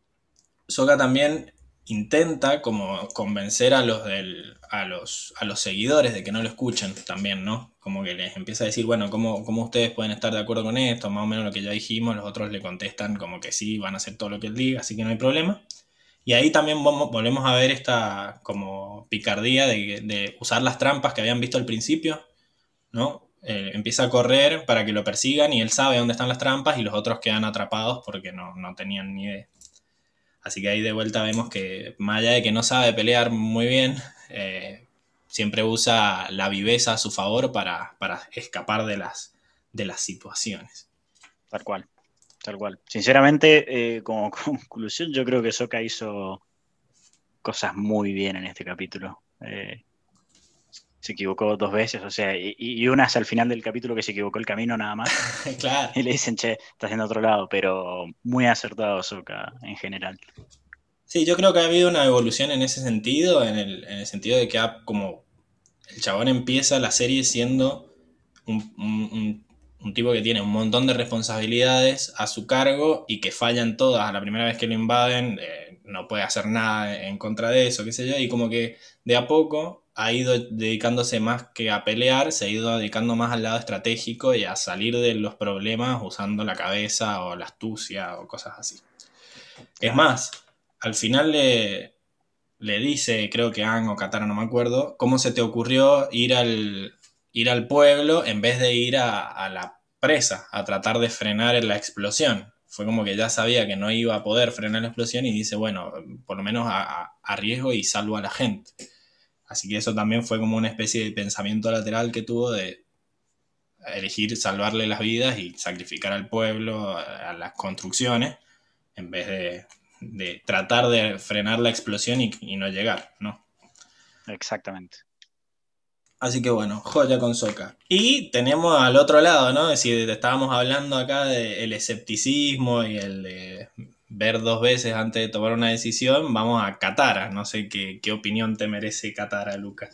Sokka también intenta como convencer a los del, a los, a los seguidores de que no lo escuchen también, ¿no? Como que les empieza a decir, bueno, ¿cómo, cómo ustedes pueden estar de acuerdo con esto? Más o menos lo que ya dijimos, los otros le contestan como que sí, van a hacer todo lo que él diga, así que no hay problema. Y ahí también vamos- volvemos a ver esta como picardía de, de usar las trampas que habían visto al principio, ¿no? Eh, empieza a correr para que lo persigan y él sabe dónde están las trampas y los otros quedan atrapados porque no, no tenían ni idea. Así que ahí de vuelta vemos que, más allá de que no sabe pelear muy bien, eh, siempre usa la viveza a su favor para, para escapar de las, de las situaciones. Tal cual, tal cual. Sinceramente, eh, como conclusión, yo creo que Sokka hizo cosas muy bien en este capítulo. Eh, se equivocó dos veces, o sea, y, y una es al final del capítulo que se equivocó el camino nada más. Claro. Y le dicen, che, estás en otro lado, pero muy acertado Sokka en general. Sí, yo creo que ha habido una evolución en ese sentido, en el, en el sentido de que ha, como el chabón empieza la serie siendo un, un- un- un tipo que tiene un montón de responsabilidades a su cargo y que fallan todas. A la primera vez que lo invaden, eh, no puede hacer nada en contra de eso, qué sé yo, y como que de a poco ha ido dedicándose más que a pelear, se ha ido dedicando más al lado estratégico y a salir de los problemas usando la cabeza o la astucia o cosas así. Es Claro. más, al final le, le dice, creo que Aang o Katara, no me acuerdo, ¿cómo se te ocurrió ir al, ir al pueblo en vez de ir a, a la presa, a tratar de frenar la explosión? Fue como que ya sabía que no iba a poder frenar la explosión y dice, bueno, por lo menos a, a- arriesgo y salvo a la gente. Así que eso también fue como una especie de pensamiento lateral que tuvo de elegir salvarle las vidas y sacrificar al pueblo, a, a las construcciones, en vez de, de tratar de frenar la explosión y, y no llegar, ¿no? Exactamente. Así que bueno, joya con Soca. Y tenemos al otro lado, ¿no? Es decir, estábamos hablando acá del escepticismo y el de ver dos veces antes de tomar una decisión. Vamos a Katara. No sé qué, qué opinión te merece Katara, Lucas.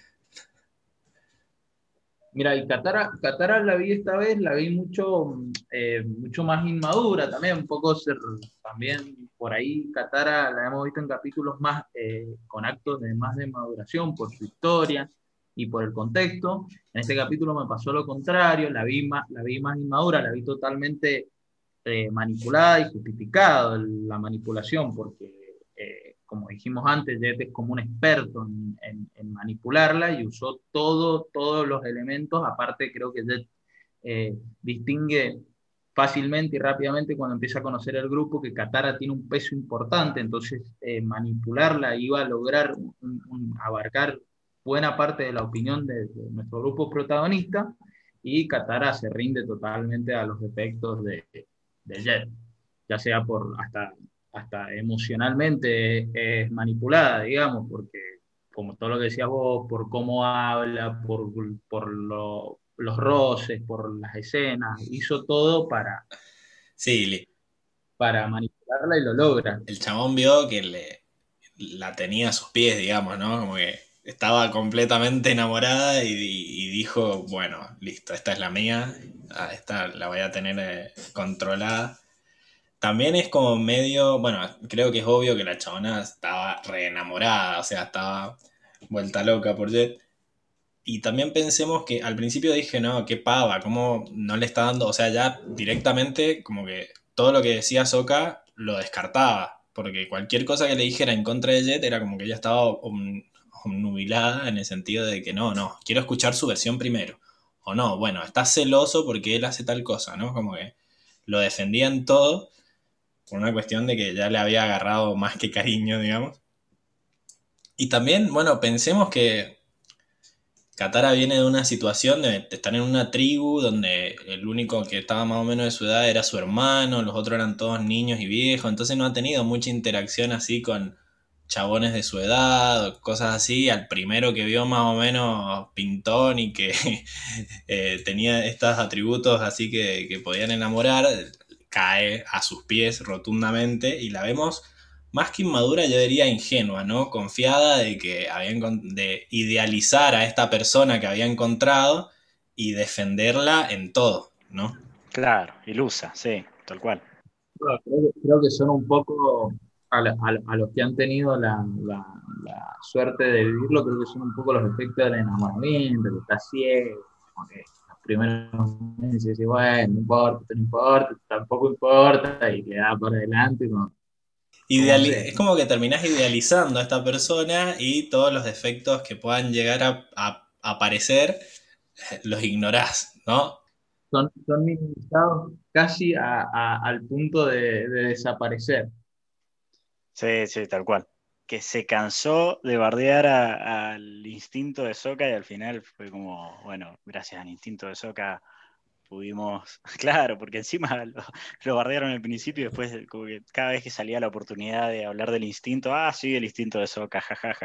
Mira, y Katara, Katara la vi esta vez, la vi mucho, eh, mucho más inmadura también, un poco ser, también por ahí Katara la hemos visto en capítulos más eh, con actos de más de maduración por su historia y por el contexto. En este capítulo me pasó lo contrario, la vi más, la vi más inmadura, la vi totalmente eh, manipulada y justificada la manipulación, porque eh, como dijimos antes, Jet es como un experto en, en, en, manipularla y usó todo, todos los elementos. Aparte, creo que Jet eh, distingue fácilmente y rápidamente cuando empieza a conocer el grupo que Katara tiene un peso importante, entonces eh, manipularla iba a lograr un, un, abarcar buena parte de la opinión de, de nuestro grupo protagonista, y Katara se rinde totalmente a los efectos de, de Jet, ya sea por hasta, hasta emocionalmente es manipulada, digamos, porque como todo lo que decías vos, por cómo habla, por, por lo, los roces, por las escenas, hizo todo para, Sí, para manipularla y lo logra. el chabón vio que le, la tenía a sus pies, digamos, ¿no? Como que estaba completamente enamorada y, y dijo, bueno, listo, esta es la mía, esta la voy a tener eh, controlada. También es como medio, bueno, creo que es obvio que la chabona estaba re enamorada, o sea, estaba vuelta loca por Jet. Y también pensemos que al principio dije, no, qué pava, cómo no le está dando, o sea, ya directamente como que todo lo que decía Sokka lo descartaba, porque cualquier cosa que le dijera en contra de Jet era como que ella estaba om- omnubilada en el sentido de que no, no, quiero escuchar su versión primero. O no, bueno, está celoso porque él hace tal cosa, ¿no? Como que lo defendía en todo por una cuestión de que ya le había agarrado más que cariño, digamos. Y también, bueno, pensemos que Katara viene de una situación de estar en una tribu donde el único que estaba más o menos de su edad era su hermano, los otros eran todos niños y viejos, entonces no ha tenido mucha interacción así con chabones de su edad o cosas así. Al primero que vio más o menos pintón y que eh, tenía estos atributos así que, que podían enamorar, cae a sus pies rotundamente y la vemos más que inmadura, yo diría ingenua, ¿no? Confiada de que había de idealizar a esta persona que había encontrado y defenderla en todo, ¿no? Claro, ilusa, sí, tal cual. Bueno, creo, que creo que son un poco, a, la- a- a los que han tenido la, la- la suerte de vivirlo, creo que son un poco los efectos del enamoramiento, que está ciego, como que los primeros meses dice, bueno, no importa, esto no importa, tampoco importa, y le da para adelante, como, como Ideali- sea. es como que terminás idealizando a esta persona y todos los defectos que puedan llegar a, a- a aparecer eh, los ignorás, ¿no? Son, son minimizados casi a- a- al punto de, de desaparecer. Sí, sí, tal cual. Que se cansó de bardear a- al instinto de Sokka y al final fue como, bueno, gracias al instinto de Sokka pudimos, claro, porque encima lo, lo bardearon al principio y después como que cada vez que salía la oportunidad de hablar del instinto, ah, sí, el instinto de Sokka, jajaja.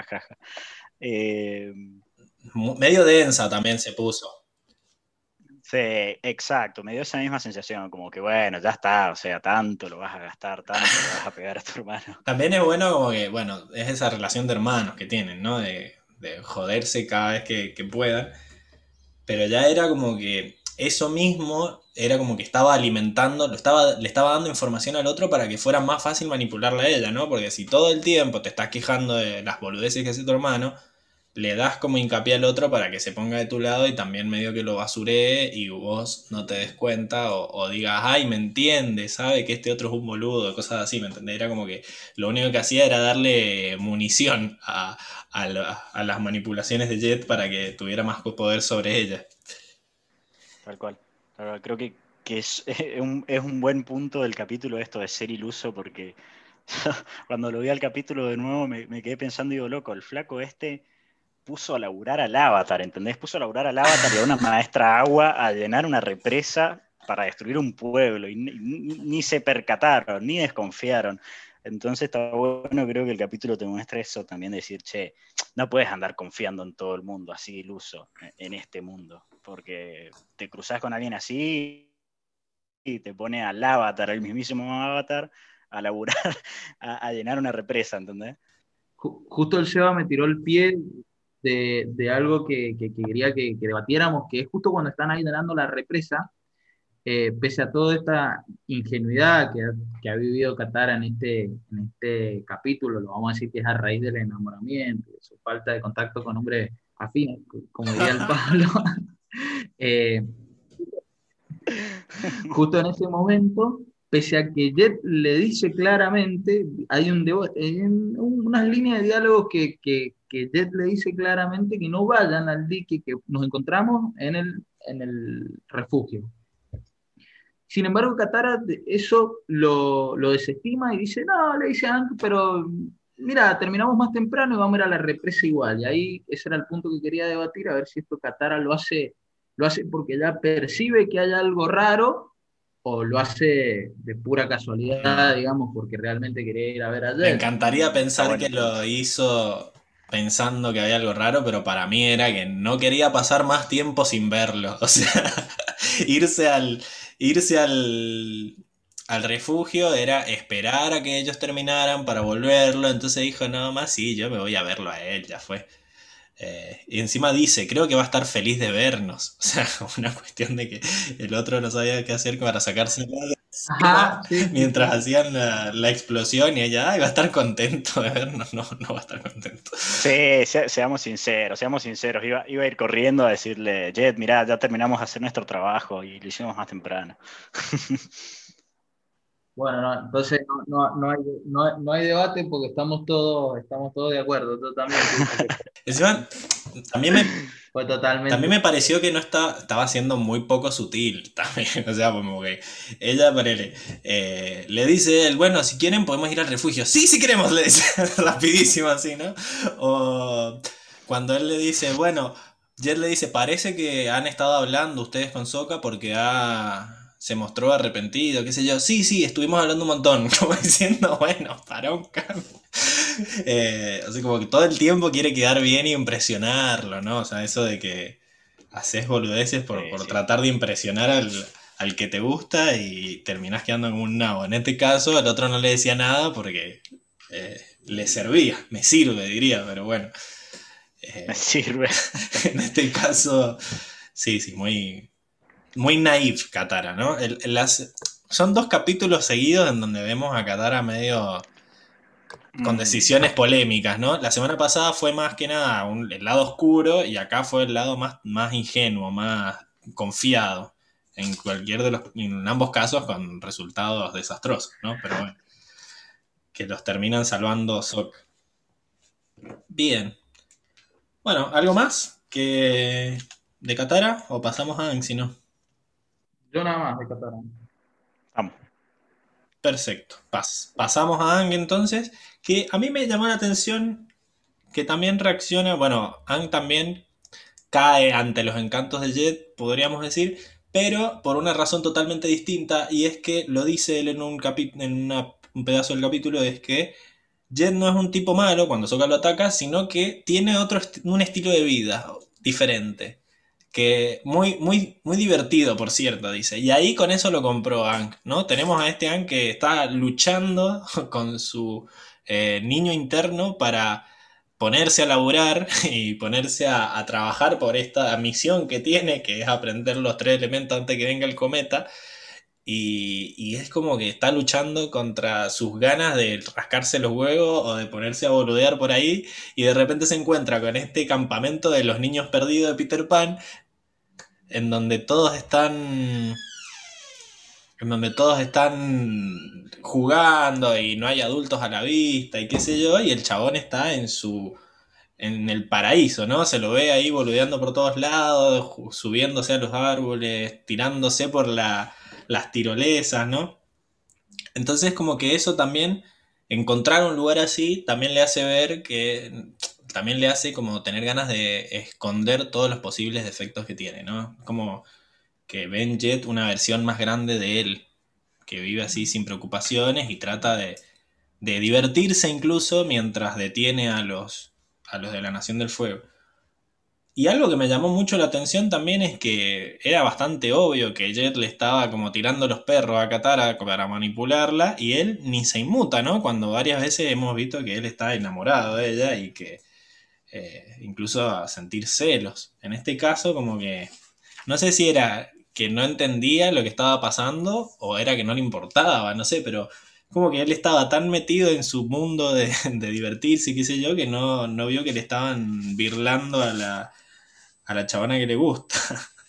Eh, Mu- Medio densa también se puso. sí, exacto, me dio esa misma sensación, como que bueno, ya está, o sea, tanto lo vas a gastar, tanto le vas a pegar a tu hermano. También es bueno como que, bueno, es esa relación de hermanos que tienen, ¿no? De, de joderse cada vez que, que puedan. Pero ya era como que eso mismo era como que estaba alimentando, lo estaba, le estaba dando información al otro para que fuera más fácil manipularla a ella, ¿no? Porque si todo el tiempo te estás quejando de las boludeces que hace tu hermano, le das como hincapié al otro para que se ponga de tu lado y también medio que lo basuree y vos no te des cuenta o, o digas, ay, me entiende, sabe que este otro es un boludo, cosas así, ¿me entendés? Era como que lo único que hacía era darle munición a, a, la- a las manipulaciones de Jet para que tuviera más poder sobre ella. Tal cual. Tal cual. Creo que, que es, es un, es un buen punto del capítulo esto de ser iluso, porque cuando lo vi al capítulo de nuevo me, me quedé pensando, digo, loco, el flaco este puso a laburar al Avatar, ¿entendés? Puso a laburar al Avatar y a una maestra agua a llenar una represa para destruir un pueblo y ni, ni- ni se percataron, ni desconfiaron. Entonces está bueno, creo que el capítulo te muestra eso también, decir, che, no puedes andar confiando en todo el mundo así iluso en en este mundo, porque te cruzas con alguien así y te pone al Avatar, el mismísimo Avatar, a laburar, a, a llenar una represa, ¿entendés? Ju- Justo el Seba me tiró el pie de, de algo que, que- que quería que, que debatiéramos, que es justo cuando están ahí llenando la represa, eh, pese a toda esta ingenuidad que ha, que ha vivido Katara en este, en este capítulo, lo vamos a decir que es a raíz del enamoramiento, de su falta de contacto con hombres afines, como diría el Pablo. eh, Justo en ese momento, pese a que Jet le dice claramente, hay un debo- en unas líneas de diálogo que, que, que Jet le dice claramente que no vayan al dique, que nos encontramos en el, en el refugio. Sin embargo, Katara de- eso lo, lo desestima y dice, no, le dice a Aang, pero mira, terminamos más temprano y vamos a ir a la represa igual. Y ahí ese era el punto que quería debatir, a ver si esto Katara lo hace, lo hace porque ya percibe que hay algo raro o lo hace de pura casualidad, No. digamos, porque realmente quería ir a ver a Me Jet. encantaría Está pensar buena que pregunta. lo hizo pensando que había algo raro, pero para mí era que no quería pasar más tiempo sin verlo. O sea, irse al, irse al, al refugio era esperar a que ellos terminaran para volverlo. Entonces dijo, no más, sí, yo me voy a verlo a él, ya fue. Eh, y encima dice, creo que va a estar feliz de vernos. O sea, una cuestión de que el otro no sabía qué hacer para sacarse de encima Ajá, sí, sí, mientras sí. hacían la, la explosión y ella, ay, va a estar contento de vernos. No, no va a estar contento. Sí, se- seamos sinceros, seamos sinceros. Iba, iba a ir corriendo a decirle, Jet, mirá, ya terminamos de hacer nuestro trabajo y lo hicimos más temprano. Bueno, no, entonces no, no, no hay, no, no hay debate porque estamos todos, estamos todos de acuerdo. Yo también pienso que Encima, también me, fue también totalmente. me pareció que no está, estaba siendo muy poco sutil también. O sea, como que ella ponele, eh, le dice él, bueno, si quieren podemos ir al refugio. Sí, sí queremos, le dice rapidísimo así, ¿no? O cuando él le dice, bueno, Jet le dice, parece que han estado hablando ustedes con Sokka porque ha, se mostró arrepentido, qué sé yo. Sí, sí, estuvimos hablando un montón, como diciendo, bueno, para un cambio. Eh, así como que todo el tiempo quiere quedar bien y impresionarlo, ¿no? O sea, eso de que haces boludeces por, Sí, por sí. tratar de impresionar al, al que te gusta y terminás quedando en un nabo. En este caso, el otro no le decía nada porque eh, le servía, me sirve, diría, pero bueno. Me Eh, sirve. en este caso, sí, sí, muy. muy naif Katara, ¿no? El, las, son dos capítulos seguidos en donde vemos a Katara medio con decisiones polémicas, ¿no? La semana pasada fue más que nada un, el lado oscuro y acá fue el lado más, más ingenuo, más confiado. En cualquier de los, en ambos casos con resultados desastrosos, ¿no? Pero bueno, que los terminan salvando Sokka. Bien. Bueno, ¿algo más que de Katara o pasamos a Aang si no? Yo nada más de Katara. Vamos. Perfecto. Pas, pasamos a Aang entonces, que a mí me llamó la atención que también reacciona, bueno, Aang también cae ante los encantos de Jet, podríamos decir, pero por una razón totalmente distinta, y es que lo dice él en un, capi en una, un pedazo del capítulo, es que Jet no es un tipo malo cuando Sokka lo ataca, sino que tiene otro est un estilo de vida diferente. Que muy, muy, muy divertido, por cierto, dice. Y ahí con eso lo compró Aang, ¿no? Tenemos a este Aang que está luchando con su eh, niño interno para ponerse a laburar y ponerse a, a trabajar por esta misión que tiene, que es aprender los tres elementos antes que venga el cometa. Y, y es como que está luchando contra sus ganas de rascarse los huevos o de ponerse a boludear por ahí. Y de repente se encuentra con este campamento de los niños perdidos de Peter Pan, en donde todos están en donde todos están jugando y no hay adultos a la vista y qué sé yo, y el chabón está en su en el paraíso, ¿no? Se lo ve ahí boludeando por todos lados, subiéndose a los árboles, tirándose por la, las tirolesas, ¿no? Entonces como que eso también, encontrar un lugar así, también le hace ver que, también le hace como tener ganas de esconder todos los posibles defectos que tiene, ¿no? Como que ven Jet una versión más grande de él, que vive así sin preocupaciones y trata de, de divertirse incluso mientras detiene a los, a los de la Nación del Fuego. Y algo que me llamó mucho la atención también es que era bastante obvio que Jet le estaba como tirando los perros a Katara para manipularla y él ni se inmuta, ¿no? Cuando varias veces hemos visto que él está enamorado de ella y que eh, incluso a sentir celos. En este caso como que no sé si era que no entendía lo que estaba pasando o era que no le importaba, no sé, pero como que él estaba tan metido en su mundo de, de divertirse y qué sé yo que no, no vio que le estaban birlando a la a la chabona que le gusta.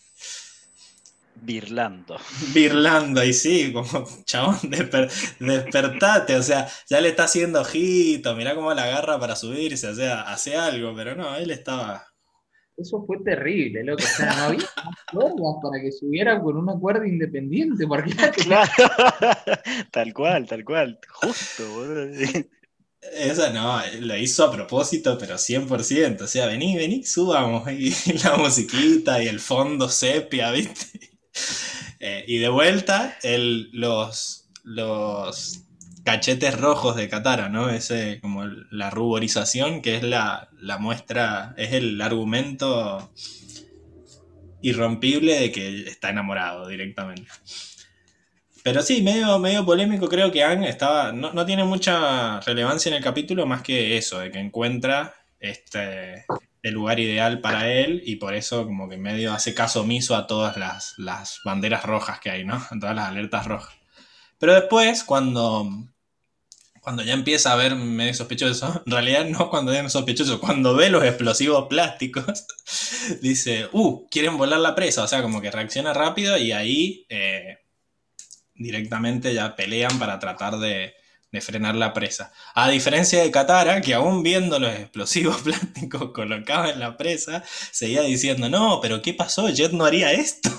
Birlando. Birlando, y sí, como chabón, desper, despertate, o sea, ya le está haciendo ojito, mirá cómo la agarra para subirse, o sea, hace algo, pero no, él estaba. Eso fue terrible, loco. O sea, no había más cuerdas para que subiera con una cuerda independiente, porque la tenía. Claro. Tal cual, tal cual. Justo, boludo. Esa no, lo hizo a propósito, pero cien por ciento. O sea, vení, vení, subamos. Y la musiquita y el fondo sepia, ¿viste? Eh, y de vuelta, el, los, los cachetes rojos de Katara, ¿no? Ese, como el- la ruborización, que es la, la muestra, es el argumento irrompible de que está enamorado directamente. Pero sí, medio, medio polémico, creo que Aang estaba. No, no tiene mucha relevancia en el capítulo, más que eso, de que encuentra este el lugar ideal para él, y por eso como que medio hace caso omiso a todas las, las banderas rojas que hay, ¿no? A todas las alertas rojas. Pero después, cuando, cuando ya empieza a ver medio sospechoso, en realidad no cuando es sospechoso, cuando ve los explosivos plásticos, dice, uh, quieren volar la presa, o sea, como que reacciona rápido y ahí eh, directamente ya pelean para tratar de, de frenar la presa. A diferencia de Katara, que aún viendo los explosivos plásticos colocados en la presa, seguía diciendo, no, pero ¿qué pasó? Jet no haría esto.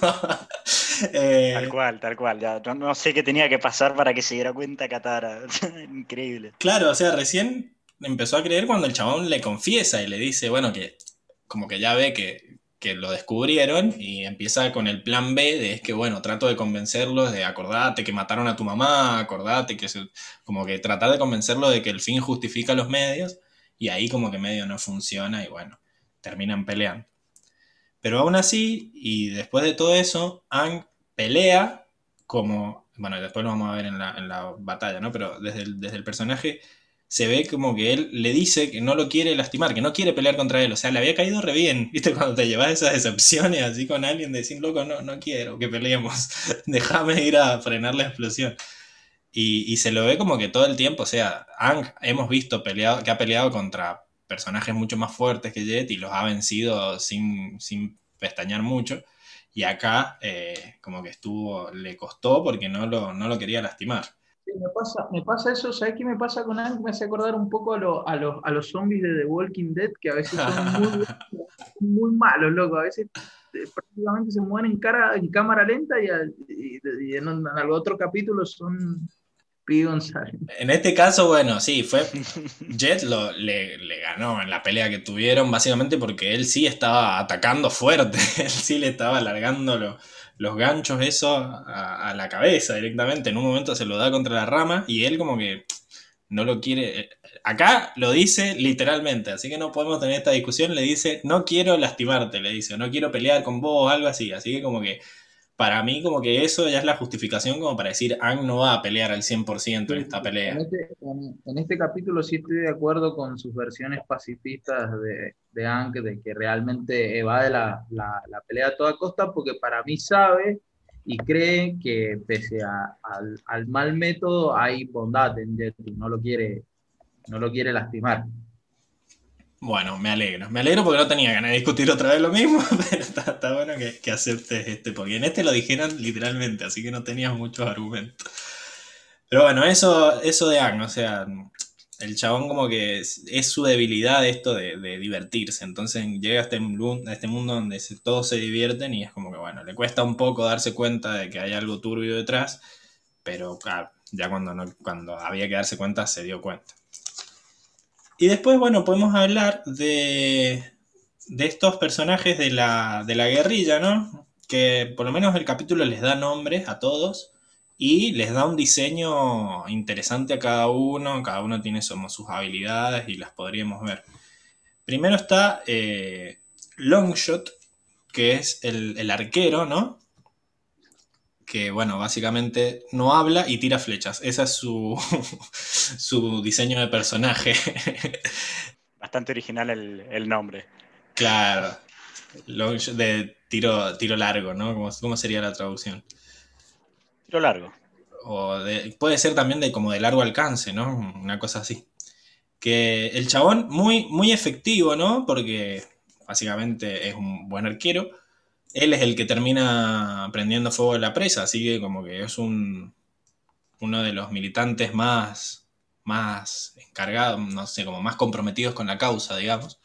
Tal eh, cual, tal cual. Ya, no, no sé qué tenía que pasar para que se diera cuenta Katara. Increíble. claro, o sea, recién empezó a creer cuando el chabón le confiesa y le dice, bueno, que como que ya ve que, que lo descubrieron y empieza con el plan B de es que, bueno, trato de convencerlos de acordate que mataron a tu mamá, acordate que se, como que tratar de convencerlo de que el fin justifica los medios y ahí como que medio no funciona y bueno, terminan peleando. Pero aún así, y después de todo eso, Aang pelea como, bueno, después lo vamos a ver en la, en la batalla, ¿no? Pero desde el, desde el personaje se ve como que él le dice que no lo quiere lastimar, que no quiere pelear contra él. O sea, le había caído re bien. ¿Viste? Cuando te llevas esas decepciones así con alguien, de decir, loco, no, no quiero que peleemos. Déjame ir a frenar la explosión. Y, y se lo ve como que todo el tiempo, o sea, Aang hemos visto peleado, que ha peleado contra personajes mucho más fuertes que Jet y los ha vencido sin, sin pestañear mucho. Y acá eh, como que estuvo, le costó porque no lo, no lo quería lastimar. Sí, me pasa, me pasa eso, ¿sabes qué me pasa con Hank? Me hace acordar un poco a, lo- a, los, a los zombies de The Walking Dead, que a veces son muy, buenos, muy malos, loco. A veces eh, prácticamente se mueven en, cara, en cámara lenta y, al- y- y en, un- en algún otro capítulo son Pío González. En este caso, bueno, sí, fue Jet lo, le, le ganó en la pelea que tuvieron, básicamente porque él sí estaba atacando fuerte, él sí le estaba alargando lo- los ganchos eso a, a la cabeza directamente. En un momento se lo da contra la rama y él como que no lo quiere. Acá lo dice literalmente, así que no podemos tener esta discusión. Le dice, no quiero lastimarte, le dice, no quiero pelear con vos, algo así. Así que como que para mí como que eso ya es la justificación como para decir, Aang no va a pelear al cien por ciento Sí, en esta En pelea. este, en, en este capítulo sí estoy de acuerdo con sus versiones pacifistas de, de Hank, de que realmente evade la, la, la pelea a toda costa, porque para mí sabe y cree que pese a- al, al mal método hay bondad en Jet y no lo quiere, no lo quiere lastimar. Bueno, me alegro. Me alegro porque no tenía ganas de discutir otra vez lo mismo, pero está, está bueno que, que aceptes este, porque en este lo dijeron literalmente, así que no tenías muchos argumentos. Pero bueno, eso, eso de Aang, o sea, el chabón como que es, es su debilidad esto de, de divertirse. Entonces llega a este, mu- a este mundo donde se- todos se divierten y es como que, bueno, le cuesta un poco darse cuenta de que hay algo turbio detrás, pero claro, ya cuando, no, cuando había que darse cuenta se dio cuenta. Y después, bueno, podemos hablar de, de estos personajes de la, de la guerrilla, ¿no? Que por lo menos el capítulo les da nombre a todos y les da un diseño interesante a cada uno. Cada uno tiene como sus habilidades y las podríamos ver. Primero está eh, Longshot, que es el, el arquero, ¿no? Que bueno, básicamente no habla y tira flechas. Ese es su, su diseño de personaje. Bastante original el, el nombre. Claro, long shot de tiro, tiro largo, ¿no? ¿Cómo, cómo sería la traducción? Tiro largo. O de- puede ser también de como de largo alcance, ¿no? Una cosa así. Que el chabón muy, muy efectivo, ¿no? Porque básicamente es un buen arquero. Él es el que termina prendiendo fuego a la presa, así que como que es un, uno de los militantes más, más encargados, no sé, como más comprometidos con la causa, digamos.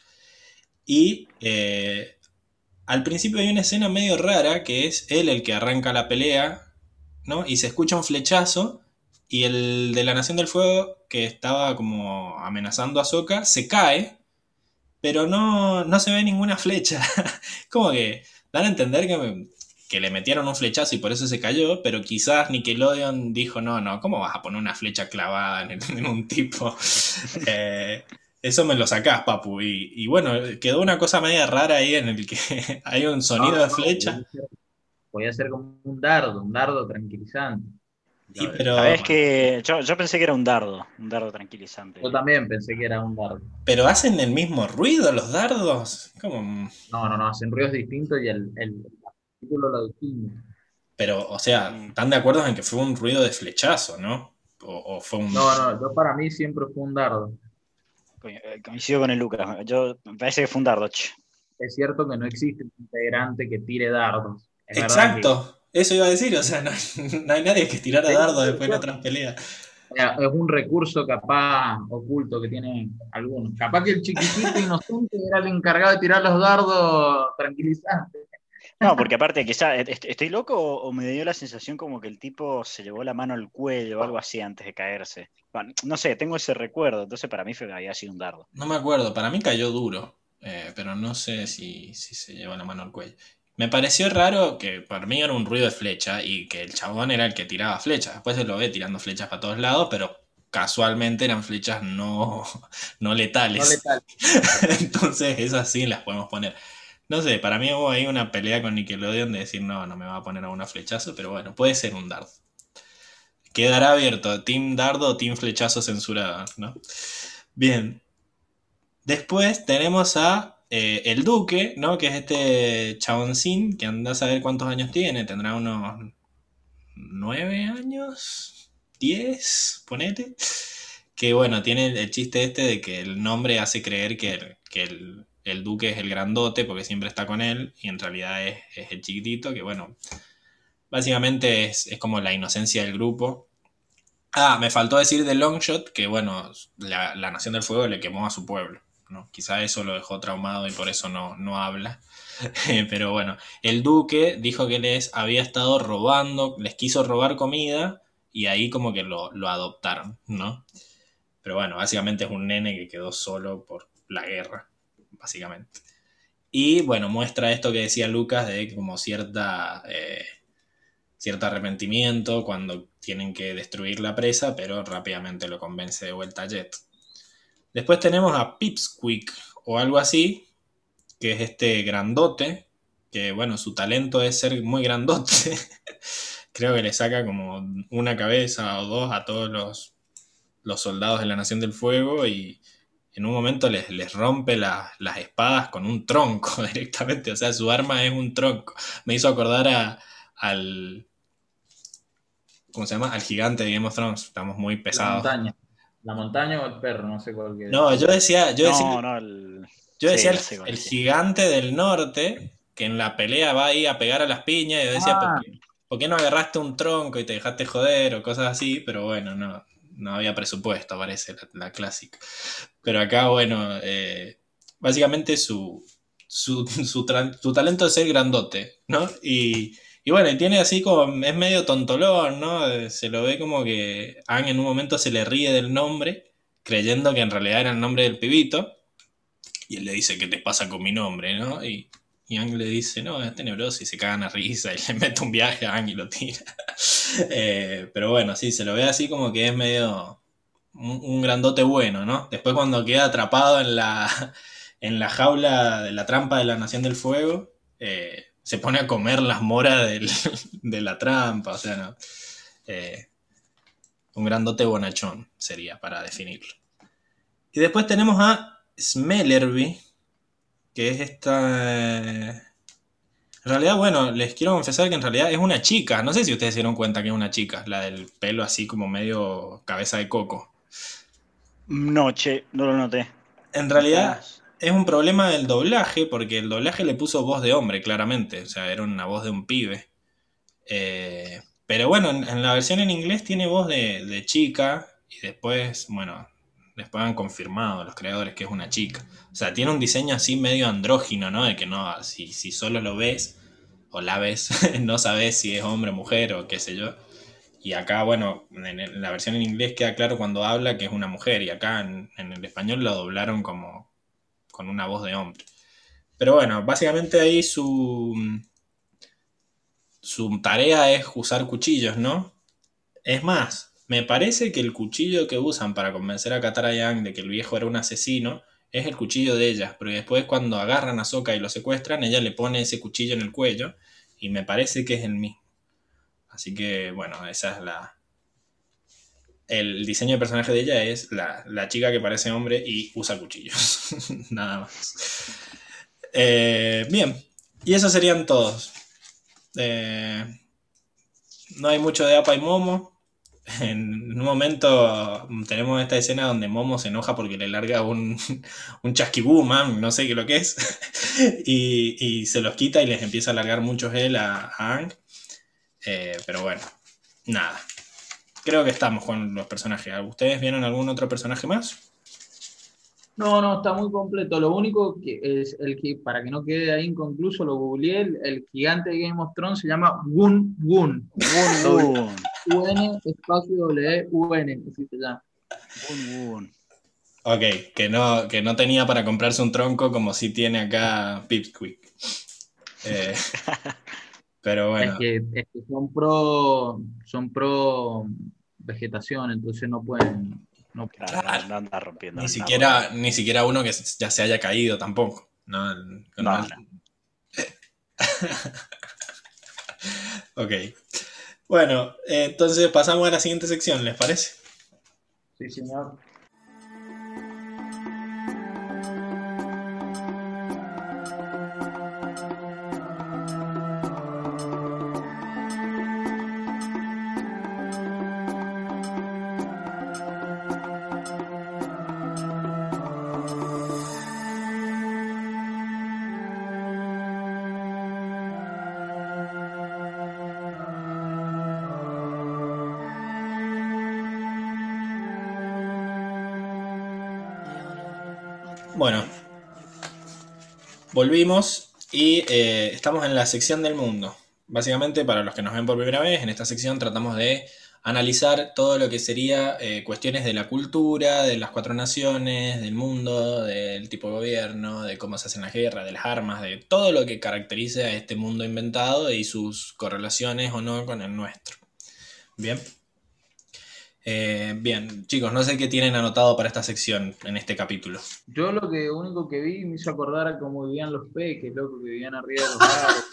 Y eh, al principio hay una escena medio rara que es él el que arranca la pelea, ¿no? Y se escucha un flechazo y el de la Nación del Fuego que estaba como amenazando a Sokka se cae, pero no, no se ve ninguna flecha. Como que dan a entender que, me- que le metieron un flechazo y por eso se cayó, pero quizás Nickelodeon dijo, no, no, ¿cómo vas a poner una flecha clavada en, en un tipo? Eh, eso me lo sacás, papu. Y, y bueno, quedó una cosa media rara ahí en el que hay un No, sonido no, de no, podía flecha. ser, podía ser como un dardo, un dardo tranquilizante. Y Lo- pero, Sabés que yo, yo pensé que era un dardo, un dardo tranquilizante. Yo también pensé que era un dardo. pero hacen el mismo ruido los dardos. Como, No, no, no, hacen ruidos distintos y el, el, título lo distingue. pero, o sea, Mm. ¿están de acuerdo en que fue un ruido de flechazo, no? O, o fue un. No, no, yo para mí siempre fue un dardo. Co- eh, Coincido con el Lucas. Yo me parece que fue un dardo. Che. Es cierto que no existe un integrante que tire dardos. Es verdad que Exacto, eso iba a decir, o sea, no, no hay nadie que tirara sí, dardo sí, es después en cierto. otras peleas. Eh, es un recurso capaz oculto que tienen algunos. Capaz que el chiquitito inocente era el encargado de tirar los dardos tranquilizantes. No, porque aparte, quizá est- estoy loco o, o me dio la sensación como que el tipo se llevó la mano al cuello o algo así antes de caerse. Bueno, no sé, tengo ese recuerdo, entonces para mí fue que había sido un dardo. No me acuerdo, para mí cayó duro, eh, pero no sé si, si se llevó la mano al cuello. Me pareció raro que para mí era un ruido de flecha y que el chabón era el que tiraba flechas. Después se lo ve tirando flechas para todos lados, pero casualmente eran flechas no, no No letales. letal. Entonces esas sí las podemos poner. No sé, para mí hubo ahí una pelea con Nickelodeon de decir no, no me va a poner a una flechazo, pero bueno, puede ser un dardo. quedará abierto, Team Dardo o Team Flechazo censurado, ¿no? Bien. Después tenemos a eh, el Duque, ¿no? Que es este chaboncín que anda a saber cuántos años tiene, tendrá unos nueve años, diez, ponete. Que bueno, tiene el, el chiste este de que el nombre hace creer que, el, que el, el Duque es el grandote porque siempre está con él y en realidad es, es el chiquitito, que bueno, básicamente es, es como la inocencia del grupo. Ah, me faltó decir de Longshot que bueno, la, la Nación del Fuego le quemó a su pueblo, ¿no? Quizá eso lo dejó traumado y por eso no, no habla. Pero bueno, el duque dijo que les había estado robando, les quiso robar comida y ahí como que lo, lo adoptaron, ¿no? Pero bueno, básicamente es un nene que quedó solo por la guerra, básicamente. Y bueno, muestra esto que decía Lucas de como cierta, eh, cierto arrepentimiento cuando tienen que destruir la presa, pero rápidamente lo convence de vuelta a Jet. Después tenemos a Pipsqueak o algo así, que es este grandote, que bueno, su talento es ser muy grandote. Creo que le saca como una cabeza o dos a todos los, los soldados de la Nación del Fuego y en un momento les, les rompe la, las espadas con un tronco directamente. O sea, su arma es un tronco. Me hizo acordar a, al... ¿Cómo se llama? Al gigante de Game of Thrones. Estamos muy La pesados. montaña. La montaña o el perro, no sé cuál que No, yo decía, yo decía, No, no, el... yo Sí, decía el, ya sé cuál el es. gigante del norte, que en la pelea va ahí a pegar a las piñas, y yo decía, ¿por Ah, qué, por qué no agarraste un tronco y te dejaste joder o cosas así? Pero bueno, no, no había presupuesto, parece la, la clásica. Pero acá, bueno, eh, básicamente su, su, su, tra- su talento es ser grandote, ¿no? Y, y bueno, y tiene así como, es medio tontolón, ¿no? Eh, Se lo ve como que Aang en un momento se le ríe del nombre, creyendo que en realidad era el nombre del pibito. Y él le dice, ¿qué te pasa con mi nombre? ¿No? Y, y Ang le dice, no, es tenebroso y se cagan a risa y le mete un viaje a Ang y lo tira. Eh, pero bueno, sí, se lo ve así como que es medio un, un grandote bueno, ¿no? Después cuando queda atrapado en la, en la jaula de la trampa de la Nación del Fuego, eh, se pone a comer las moras del, de la trampa, o sea, no. Eh, un grandote bonachón sería para definirlo. Y después tenemos a Smellerby, que es esta... En realidad, bueno, les quiero confesar que en realidad es una chica. No sé si ustedes se dieron cuenta que es una chica, la del pelo así como medio cabeza de coco. No, che, no lo noté. En ¿Me realidad estás? es un problema del doblaje, porque el doblaje le puso voz de hombre, claramente. O sea, era una voz de un pibe. Eh, pero bueno, en, en la versión en inglés tiene voz de, de chica y después, bueno, después han confirmado los creadores que es una chica. O sea, tiene un diseño así medio andrógino, ¿no? De que no, si, si solo lo ves o la ves, no sabes si es hombre o mujer o qué sé yo. Y acá, bueno, en, el- en la versión en inglés queda claro cuando habla que es una mujer y acá en, en el español lo doblaron como con una voz de hombre. Pero bueno, básicamente ahí su, su tarea es usar cuchillos, ¿no? Es más, me parece que el cuchillo que usan para convencer a Katara Yang de que el viejo era un asesino es el cuchillo de ella, porque después cuando agarran a Sokka y lo secuestran, ella le pone ese cuchillo en el cuello y me parece que es el mismo. Así que bueno, esa es la... El diseño de personaje de ella es la, la chica que parece hombre y usa cuchillos. Nada más. Eh, bien, y esos serían todos. Eh, no hay mucho de Appa y Momo. En un momento tenemos esta escena donde Momo se enoja porque le larga un, un chasquibú, man, no sé qué lo que es, y, y se los quita y les empieza a largar mucho gel a, a Aang. Eh, pero bueno, nada. Creo que estamos con los personajes. ¿Ustedes vieron algún otro personaje más? no, no, está muy completo. Lo único que es el que, para que no quede ahí inconcluso, lo googleé, el, el gigante de Game of Thrones se llama Gun Gun. Wun Wun. U N, espacio W U N, así se llama. Wun Wun. Ok, que no, que no tenía para comprarse un tronco como si tiene acá Pipsqueak. Eh, pero Es bueno, que, es que son pro, son pro vegetación, entonces no pueden, no, Claro, no, claro, no anda rompiendo ni el árbol ahí. siquiera, ni siquiera uno que ya se haya caído tampoco. No, no, No, no. ok. Bueno, eh, entonces pasamos a la siguiente sección, ¿les parece? Sí, señor. Bueno, volvimos y eh, estamos en la sección del mundo. Básicamente, para los que nos ven por primera vez, en esta sección tratamos de analizar todo lo que sería eh, cuestiones de la cultura, de las cuatro naciones, del mundo, del tipo de gobierno, de cómo se hacen las guerras, de las armas, de todo lo que caracteriza a este mundo inventado y sus correlaciones o no con el nuestro. Bien. Eh, bien, chicos, no sé qué tienen anotado para esta sección en este capítulo. Yo lo que único que vi me hizo acordar a cómo vivían los peques, loco, que vivían arriba de los árboles.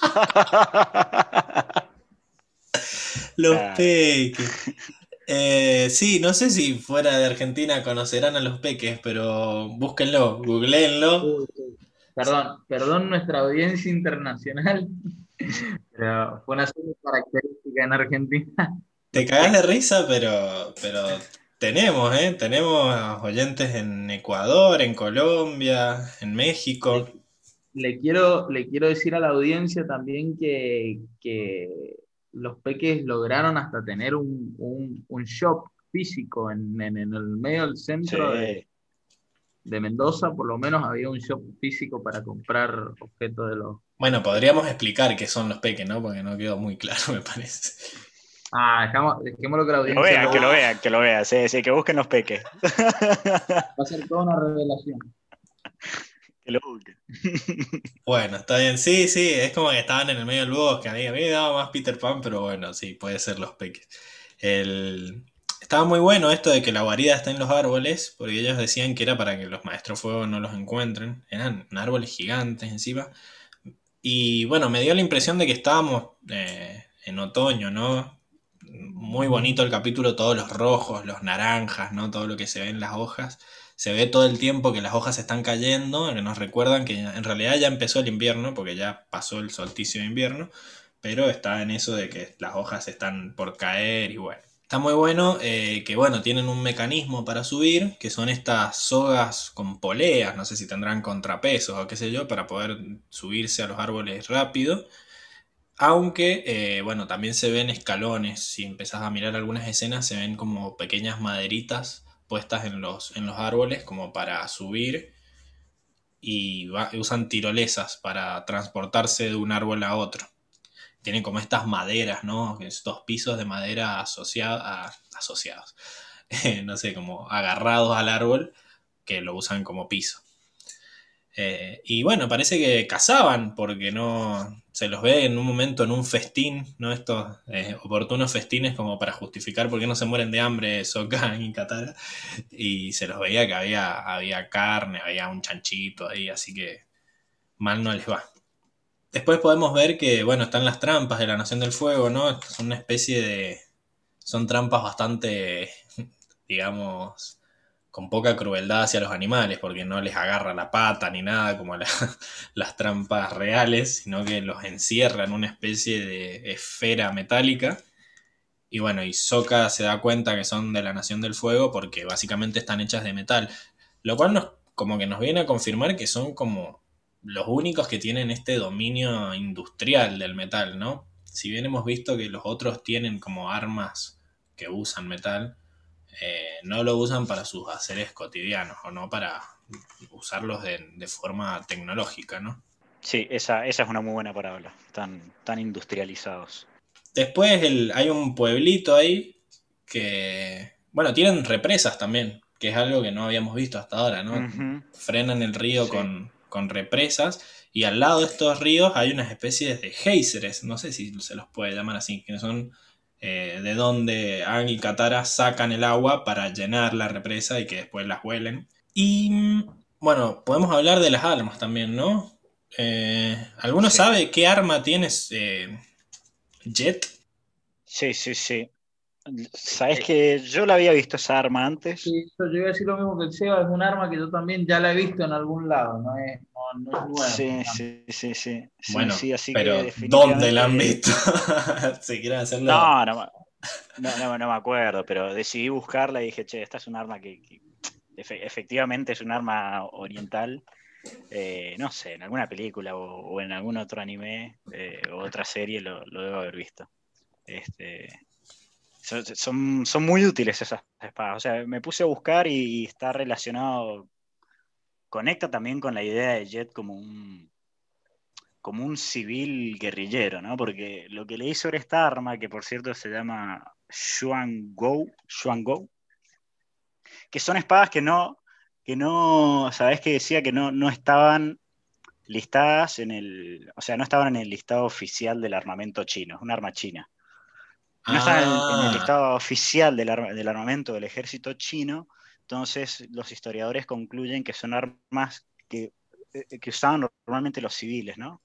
Los Claro. peques. Eh, sí, no sé si fuera de Argentina conocerán a los peques, pero búsquenlo, googleenlo. Uy, sí. Perdón, perdón nuestra audiencia internacional, pero fue una serie característica en Argentina. Te Los cagás de peques. risa, pero, pero tenemos, ¿eh? Tenemos oyentes en Ecuador, en Colombia, en México. Le, le quiero, le quiero decir a la audiencia también que, que los peques lograron hasta tener un, un, un shop físico en, en, en el medio del centro de, Sí. de Mendoza, por lo menos había un shop físico para comprar objetos de los, de Bueno, los peques. podríamos explicar qué son los peques, ¿no? Porque no quedó muy claro, me parece. Ah, dejamos, dejémoslo que la Que lo audiencia vean, lo que lo busque. vean, que lo vean. Sí, sí, que busquen los peques. Va a ser toda una revelación. Que lo busquen. Bueno, está bien. Sí, sí, es como que estaban en el medio del bosque. A mí, a mí me daba más Peter Pan, pero bueno, sí, puede ser los peques. El... Estaba muy bueno esto de que la guarida está en los árboles, porque ellos decían que era para que los maestros fuego no los encuentren. Eran árboles gigantes encima. Y bueno, me dio la impresión de que estábamos eh, en otoño, ¿no? Muy bonito el capítulo, todos los rojos, los naranjas, ¿no? Todo lo que se ve en las hojas. Se ve todo el tiempo que las hojas están cayendo, que nos recuerdan que en realidad ya empezó el invierno, porque ya pasó el solsticio de invierno, pero está en eso de que las hojas están por caer y bueno. Está muy bueno eh, que bueno, tienen un mecanismo para subir, que son estas sogas con poleas, no sé si tendrán contrapesos o qué sé yo, para poder subirse a los árboles rápido. Aunque, eh, bueno, también se ven escalones. Si empezás a mirar algunas escenas, se ven como pequeñas maderitas puestas en los, en los árboles como para subir y va- usan tirolesas para transportarse de un árbol a otro. Tienen como estas maderas, ¿no? Estos pisos de madera asociados, asociados, no sé, como agarrados al árbol que lo usan como piso. Eh, y bueno, parece que cazaban, porque no se los ve en un momento en un festín, ¿no? Estos eh, oportunos festines como para justificar por qué no se mueren de hambre Sokka y Katara. Y se los veía que había, había carne, había un chanchito ahí, así que mal no les va. Después podemos ver que, bueno, están las trampas de la Nación del Fuego, ¿no? Son una especie de... Son trampas bastante, digamos, con poca crueldad hacia los animales, porque no les agarra la pata ni nada como la- las trampas reales, sino que los encierra en una especie de esfera metálica. Y bueno, y Sokka se da cuenta que son de la Nación del Fuego porque básicamente están hechas de metal. Lo cual nos, como que nos viene a confirmar que son como los únicos que tienen este dominio industrial del metal, ¿no? Si bien hemos visto que los otros tienen como armas que usan metal, eh, no lo usan para sus haceres cotidianos o no para usarlos de, de forma tecnológica, ¿no? Sí, esa, esa es una muy buena parábola. Tan, tan industrializados. Después el, hay un pueblito ahí que, bueno, tienen represas también, que es algo que no habíamos visto hasta ahora, ¿no? Ujú. Frenan el río Sí. con, con represas y al lado de estos ríos hay unas especies de géiseres, no sé si se los puede llamar así, que son eh, de donde Aang y Katara sacan el agua para llenar la represa y que después las huelen. Y bueno, podemos hablar de las armas también, ¿no? Eh, ¿Alguno Sí. sabe qué arma tienes eh, Jet? Sí, sí, sí. Sabes que yo la había visto esa arma antes. Sí, yo iba a decir lo mismo que el Seba, es un arma que yo también ya la he visto en algún lado, no es, no, no es nueva. Sí, sí, sí, sí. Sí, Bueno, sí, así que pero ¿dónde la han definitivamente. visto? Si quieren hacerlo. No, no, me- no, no, no me acuerdo, pero decidí buscarla y dije, che, esta es un arma que, que efe- efectivamente es un arma oriental. Eh, no sé, en alguna película o, o en algún otro anime eh, o otra serie lo, lo debo haber visto. Este, son, son, son muy útiles esas espadas. O sea, me puse a buscar y, y está relacionado, conecta también con la idea de Jet como un, como un civil guerrillero, ¿no? Porque lo que leí sobre esta arma, que por cierto se llama Xuan Gou, que son espadas que no, que no, sabés que decía que no, no estaban listadas en el, o sea, no estaban en el listado oficial del armamento chino, es un arma china. No estaban en el, en el Ah, listado oficial del, arma, del armamento del ejército chino, entonces los historiadores concluyen que son armas que, eh, que usaban normalmente los civiles, ¿no?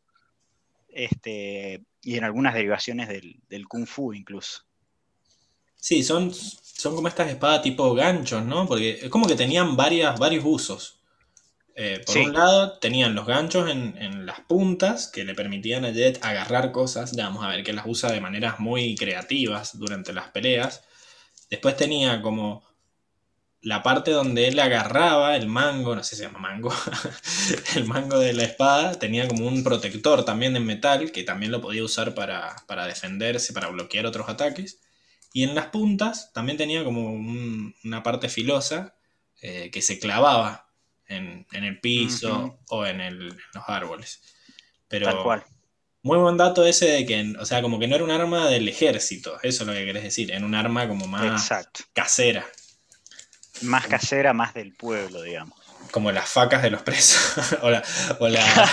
Este, y en algunas derivaciones del, del Kung Fu incluso. sí, son, son como estas espadas tipo ganchos, ¿no? Porque es como que tenían varias, varios usos. Eh, por un Sí, lado, tenían los ganchos en, en las puntas que le permitían a Jet agarrar cosas. Ya vamos a ver que las usa de maneras muy creativas durante las peleas. Después tenía como la parte donde él agarraba el mango, no sé si se llama mango, el mango de la espada, tenía como un protector también de metal que también lo podía usar para, para defenderse, para bloquear otros ataques. Y en las puntas también tenía como un- una parte filosa eh, que se clavaba en, en el ujú, piso o en, el- en los árboles. tal Pero cual, muy buen dato ese de que, o sea, como que no era un arma del ejército, eso es lo que querés decir, era un arma como más exacto. casera, Más casera, más del pueblo, digamos. como las facas de los presos, o, la, o, la,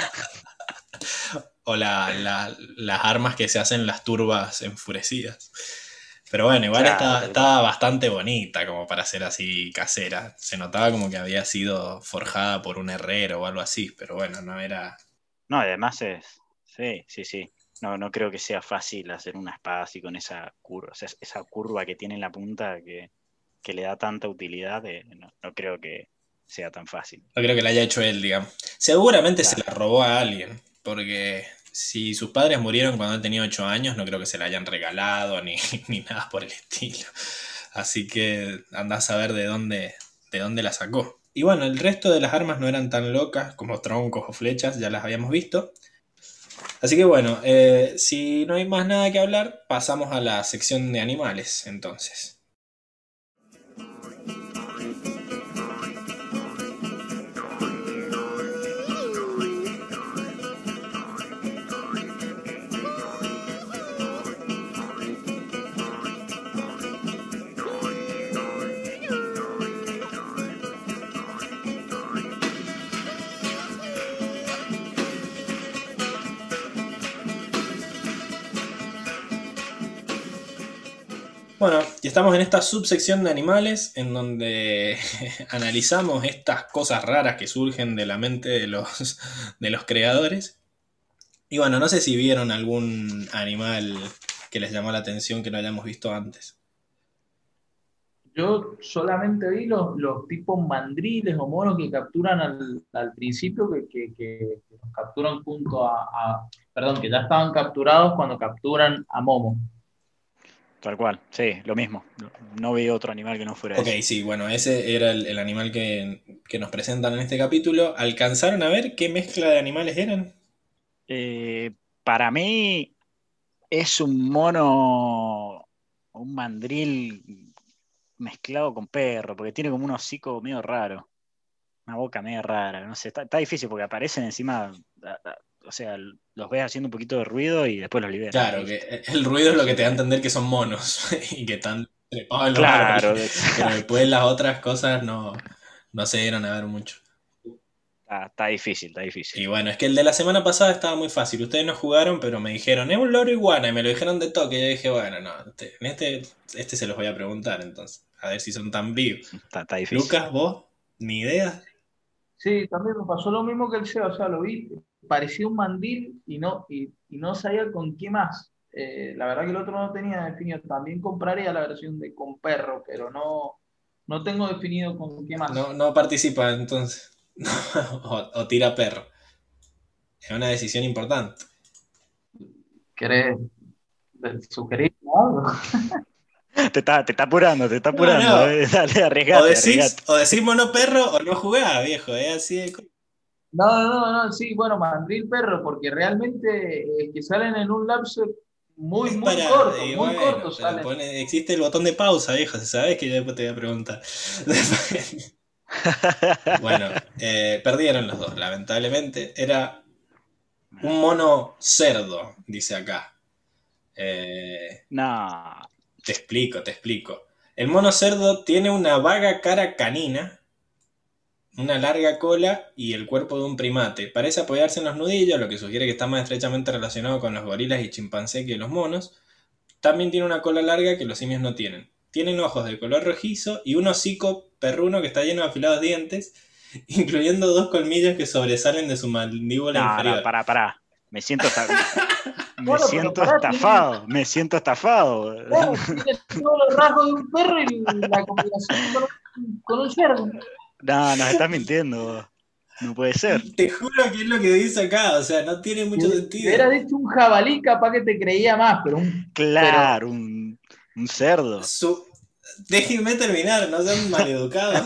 o la, la, las armas que se hacen las turbas enfurecidas. Pero bueno, igual Claro, estaba, tal cual. estaba bastante bonita como para ser así casera. Se notaba como que había sido forjada por un herrero o algo así, pero bueno, no era. No, además es. Sí, sí, sí. No, no creo que sea fácil hacer una espada así con esa curva, o sea, esa curva que tiene en la punta que, que le da tanta utilidad, eh, no, no creo que sea tan fácil. No creo que la haya hecho él, digamos. Seguramente se Claro. la robó a alguien, porque si sus padres murieron cuando él tenía ocho años, no creo que se la hayan regalado ni, ni nada por el estilo. Así que andás a ver de dónde, de dónde la sacó. Y bueno, el resto de las armas no eran tan locas como troncos o flechas, ya las habíamos visto. Así que bueno, eh, si no hay más nada que hablar, pasamos a la sección de animales, entonces. Bueno, y estamos en esta subsección de animales en donde analizamos estas cosas raras que surgen de la mente de los, de los creadores. Y bueno, no sé si vieron algún animal que les llamó la atención que no hayamos visto antes. Yo solamente vi los, los tipos mandriles o monos que capturan al, al principio, que, que, que- que los capturan junto a, a- perdón, que ya estaban capturados cuando capturan a Momo. Tal cual, sí, lo mismo. No, no vi otro animal que no fuera Ok, ese. sí, bueno, ese era el, el animal que, que nos presentan en este capítulo. ¿Alcanzaron a ver qué mezcla de animales eran? Eh, para mí es un mono, un mandril mezclado con perro, porque tiene como un hocico medio raro. Una boca media rara, no sé, está, está difícil porque aparecen encima, a- a- o sea, los ves haciendo un poquito de ruido y después los liberan y Claro, listo. que el ruido es lo que Así te da a que, entender que son monos y que están trepados en los árboles. claro, Pero después las otras cosas no, no se dieron a ver mucho. está, está difícil, está difícil. Y bueno, es que el de la semana pasada estaba muy fácil. Ustedes no jugaron, pero me dijeron, es un loro iguana, y me lo dijeron de toque. Y yo dije, bueno, no, este- en este, este se los voy a preguntar entonces. A ver si son tan vivos. Está, está difícil. Lucas, vos, ni idea. Sí, también me pasó lo mismo que el Seba, o sea, lo vi, parecía un mandil y no, y, y no sabía con qué más. Eh, la verdad que el otro no tenía definido. También compraría la versión de con perro, pero no, no tengo definido con qué más. No, no participa entonces. o, o tira perro. Es una decisión importante. ¿Querés sugerir algo? Te está, te está apurando, te está No, apurando. no. Eh. Dale, O arriesgate, decís, arriesgate. o decís mono perro o no jugás, viejo. Es así de... co- No, no, no, sí, bueno, mandril perro, porque realmente eh, que salen en un lapso muy, Es muy para... corto, Y muy bueno, corto pero salen. pone, existe el botón de pausa, viejo. Si sabes que yo después te voy a preguntar. Después- Bueno, eh, perdieron los dos, lamentablemente. Era un mono cerdo, dice acá. Eh, No, te explico, te explico. El mono cerdo tiene una vaga cara canina, una larga cola y el cuerpo de un primate. Parece apoyarse en los nudillos, lo que sugiere que está más estrechamente relacionado con los gorilas y chimpancés que los monos. También tiene una cola larga que los simios no tienen. Tienen ojos de color rojizo y un hocico perruno que está lleno de afilados dientes, incluyendo dos colmillos que sobresalen de su mandíbula no, no, inferior. pará, pará. Me siento, esta- me Bueno, pero siento pará, tiene, estafado, me siento estafado. claro, tiene todos los rasgos de un perro y la combinación con un, con un cerdo. No, nos estás mintiendo. No puede ser. Te juro que es lo que dice acá, o sea, no tiene Si mucho hubiera sentido. dicho un jabalí, capaz que te creía más, pero un, pero Claro, un, un cerdo. Su... Déjenme terminar, no sean maleducados.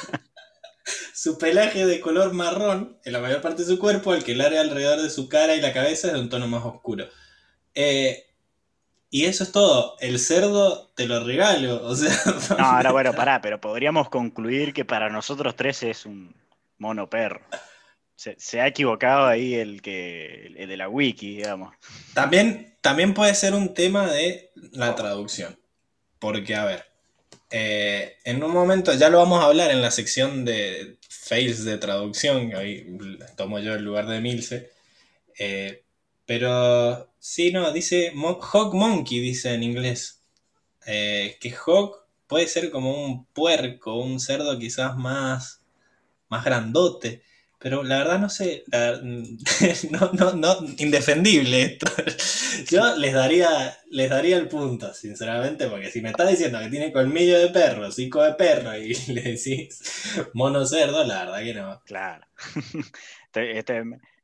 Su pelaje de color marrón en la mayor parte de su cuerpo, el que el área alrededor de su cara y la cabeza es de un tono más oscuro. Eh, y eso es todo. El cerdo te lo regalo. O sea, No, ahora ¿dónde bueno, está? pará, pero podríamos concluir que para nosotros tres es un mono perro. Se, se ha equivocado ahí el que el de la wiki, digamos. También, también puede ser un tema de la traducción. Porque, a ver, eh, en un momento, ya lo vamos a hablar en la sección de fails de traducción, que ahí tomo yo el lugar de Milce. Eh, pero sí, no, dice Mo- Hog Monkey, dice en inglés. Eh, que Hog puede ser como un puerco, un cerdo quizás más, más grandote. Pero la verdad no sé, la- no, no, no, indefendible esto. Yo les daría, les daría el punto, sinceramente, porque si me estás diciendo que tiene colmillo de perro, hocico de perro y le decís mono cerdo, la verdad que no. Claro. Este, este-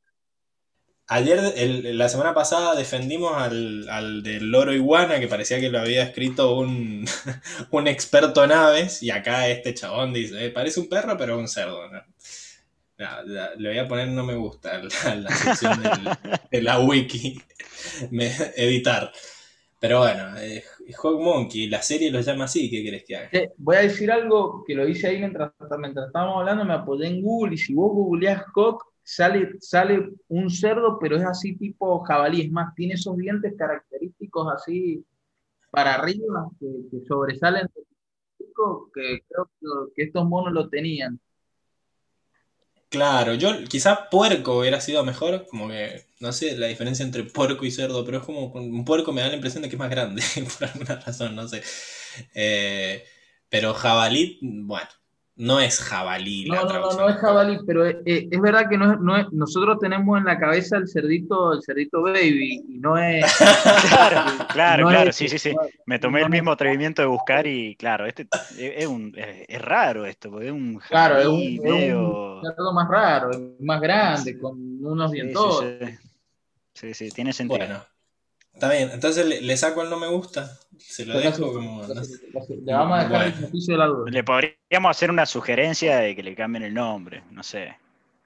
Ayer, el- la semana pasada, defendimos al, al del loro iguana, que parecía que lo había escrito un, un experto en aves, y acá este chabón dice, "Eh, parece un perro, pero un cerdo". ¿No? No, la- le voy a poner no me gusta a la, a la sección del- de la wiki, me- editar. Pero bueno, eh, Hog Monkey, la serie lo llama así, ¿qué querés que haga? eh, voy a decir algo que lo hice ahí mientras, mientras estábamos hablando, me apoyé en Google y si vos googleás Hawk, sale, sale un cerdo, pero es así tipo jabalí, es más, tiene esos dientes característicos así para arriba que, que sobresalen del pico, que creo que, que estos monos lo tenían. Claro, yo quizás puerco hubiera sido mejor, como que no sé la diferencia entre puerco y cerdo, pero es como un puerco me da la impresión de que es más grande, por alguna razón, no sé. Eh, pero jabalí, bueno, no es jabalí No, la no, no, traducción no es de Hog. jabalí, pero es, es- es verdad que no es, no es- nosotros tenemos en la cabeza el cerdito, el cerdito baby, y no es, Claro, y claro, no es claro, sí, ese, sí, sí. no, Me tomé no el mismo es- atrevimiento de buscar y claro, este es, es un, es, es raro esto, porque es un claro, es jabalí un, es un medio... cerdo más raro, es más grande, Sí, con unos sí, sí, sí, dientotes. sí, sí, tiene sentido. Bueno, está bien, entonces le, le saco el no me gusta, se lo dejo Sacáselo, como, no sé. sacáselo, sacáselo. Le vamos a Mm, dejar el Bueno, beneficio de la duda. Le podríamos hacer una sugerencia de que le cambien el nombre, no sé.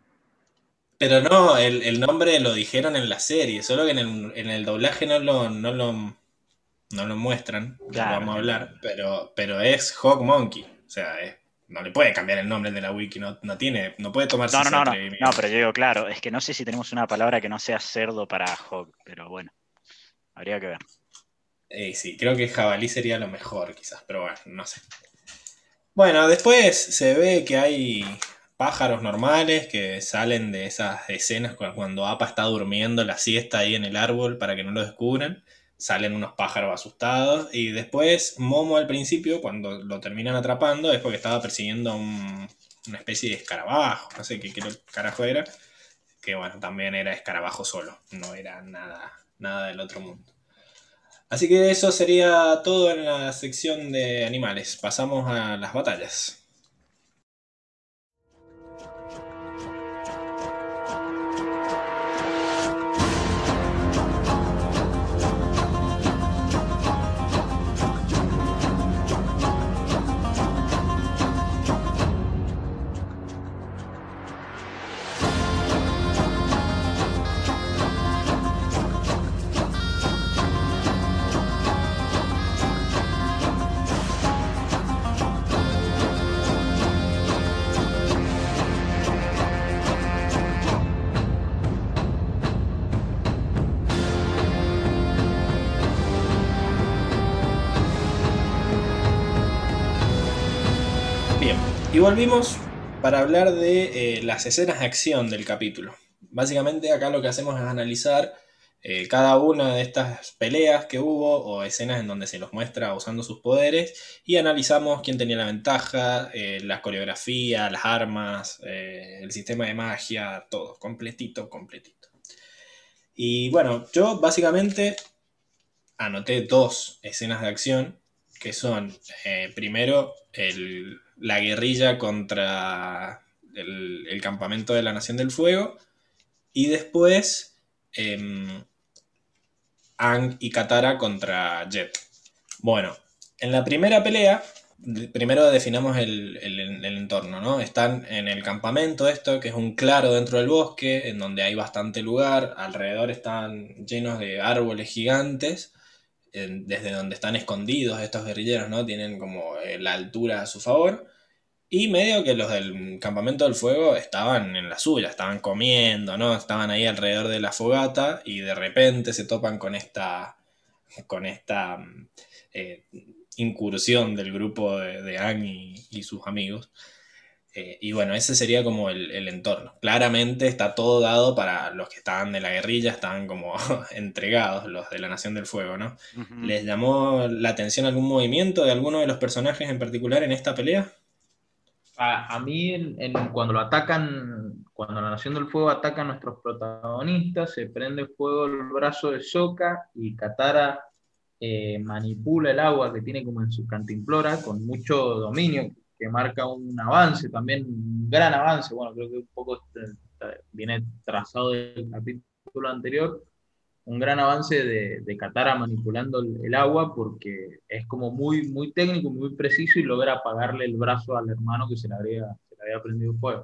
pero no, el, el nombre lo dijeron en la serie, solo que en el, en el doblaje no lo, no lo, no lo muestran, ya lo Claro, vamos a el- hablar, pero, pero es Hog Monkey, o sea, es- no le puede cambiar el nombre de la wiki, no, no tiene, no puede tomarse no, no, ese no, no, no, atrevimiento. pero yo digo, claro, es que no sé si tenemos una palabra que no sea cerdo para hog, pero bueno, habría que ver. Eh, sí, creo que jabalí sería lo mejor quizás, pero bueno, no sé. Bueno, después se ve que hay pájaros normales que salen de esas escenas cu- cuando Appa está durmiendo la siesta ahí en el árbol para que no lo descubran. Salen unos pájaros asustados y después Momo al principio, cuando lo terminan atrapando, es porque estaba persiguiendo a un- una especie de escarabajo, no sé qué, qué carajo era, que bueno, también era escarabajo solo, no era nada, nada del otro mundo. Así que eso sería todo en la sección de animales. Pasamos a las batallas. Bien, y volvimos para hablar de eh, las escenas de acción del capítulo. Básicamente acá lo que hacemos es analizar eh, cada una de estas peleas que hubo o escenas en donde se los muestra usando sus poderes y analizamos quién tenía la ventaja, eh, la coreografía, las armas, eh, el sistema de magia, todo, completito, completito. Y bueno, yo básicamente anoté dos escenas de acción que son, eh, primero, el, la guerrilla contra el, el campamento de la Nación del Fuego y después eh, Aang y Katara contra Jet. Bueno, en la primera pelea, primero definamos el, el, el entorno, ¿no? Están en el campamento esto, que es un claro dentro del bosque, en donde hay bastante lugar, alrededor están llenos de árboles gigantes, desde donde están escondidos estos guerrilleros, ¿no? Tienen como eh, la altura a su favor. Y medio que los del campamento del fuego estaban en la suya, estaban comiendo, ¿no? Estaban ahí alrededor de la fogata y de repente se topan con esta, con esta eh, incursión del grupo de, de Aang y, y sus amigos. Eh, y bueno, ese sería como el, el entorno. Claramente está todo dado para los que estaban de la guerrilla, estaban como entregados, los de la Nación del Fuego, ¿no? Ujú. ¿Les llamó la atención algún movimiento de alguno de los personajes en particular en esta pelea? A, a mí, en, en- cuando lo atacan, cuando la Nación del Fuego ataca a nuestros protagonistas, se prende fuego el brazo de Sokka y Katara eh, manipula el agua que tiene como en su cantimplora con mucho dominio, que marca un avance también, un gran avance. Bueno, creo que un poco eh, viene trazado del capítulo anterior, un gran avance de, de Katara manipulando el, el agua porque es como muy, muy técnico, muy preciso y logra apagarle el brazo al hermano que se le había, se le había prendido fuego.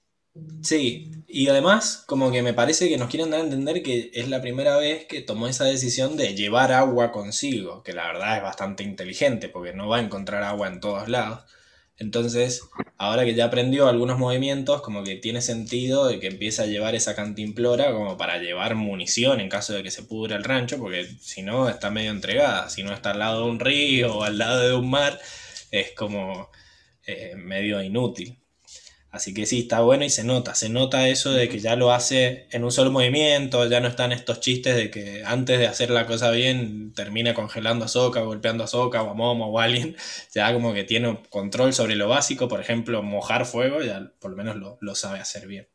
Sí, y además como que me parece que nos quieren dar a entender que es la primera vez que tomó esa decisión de llevar agua consigo, que la verdad es bastante inteligente porque no va a encontrar agua en todos lados. Entonces, ahora que ya aprendió algunos movimientos, como que tiene sentido de que empiece a llevar esa cantimplora como para llevar munición en caso de que se pudra el rancho, porque si no está medio entregada, si no está al lado de un río o al lado de un mar, es como eh, medio inútil. Así que sí, está bueno y se nota, se nota eso de que ya lo hace en un solo movimiento, ya no están estos chistes de que antes de hacer la cosa bien termina congelando a Sokka, golpeando a Sokka o a Momo o a alguien, ya como que tiene control sobre lo básico, por ejemplo, mojar fuego, ya por lo menos lo, lo sabe hacer bien.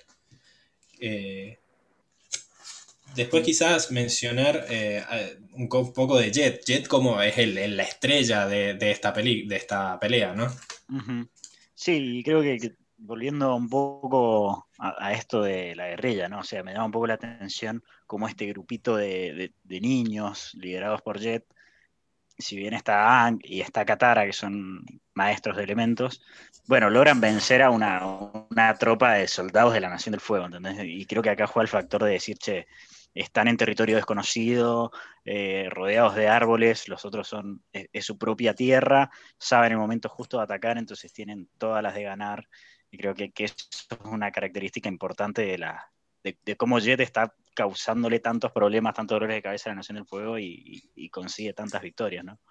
Eh, Después quizás mencionar eh, un poco de Jet, Jet como es el, el- la estrella de, de esta peli, de esta pelea, ¿no? Ujú. Sí, y creo que, que volviendo un poco a, a esto de la guerrilla, ¿no? O sea, me llama un poco la atención cómo este grupito de, de- de niños liderados por Jet, si bien está Aang y está Katara, que son maestros de elementos, bueno, logran vencer a una, una tropa de soldados de la Nación del Fuego, ¿entendés? Y creo que acá juega el factor de decir, che, están en territorio desconocido, eh, rodeados de árboles, los otros son, es, es su propia tierra, saben el momento justo de atacar, entonces tienen todas las de ganar, y creo que, que eso es una característica importante de la, de, de cómo Jet está causándole tantos problemas, tantos dolores de cabeza a la Nación del Fuego y, y- y consigue tantas victorias, ¿no?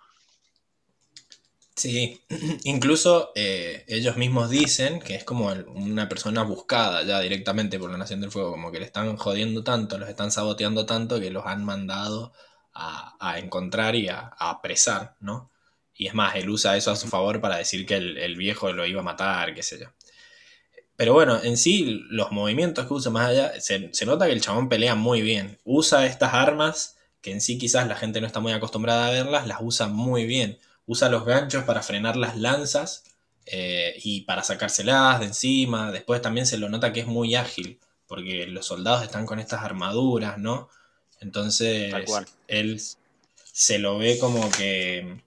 Sí, incluso eh, ellos mismos dicen que es como el- una persona buscada ya directamente por la Nación del Fuego, como que le están jodiendo tanto, los están saboteando tanto que los han mandado a, a encontrar y a, a apresar, ¿no? Y es más, él usa eso a su Ujú. favor para decir que el, el viejo lo iba a matar, qué sé yo. Pero bueno, en sí, los movimientos que usa más allá, se, se nota que el chabón pelea muy bien. Usa estas armas que en sí quizás la gente no está muy acostumbrada a verlas, las usa muy bien. Usa los ganchos para frenar las lanzas eh, y para sacárselas de encima. Después también se lo nota que es muy ágil, porque los soldados están con estas armaduras, ¿no? Tal Entonces cual. él se lo ve como que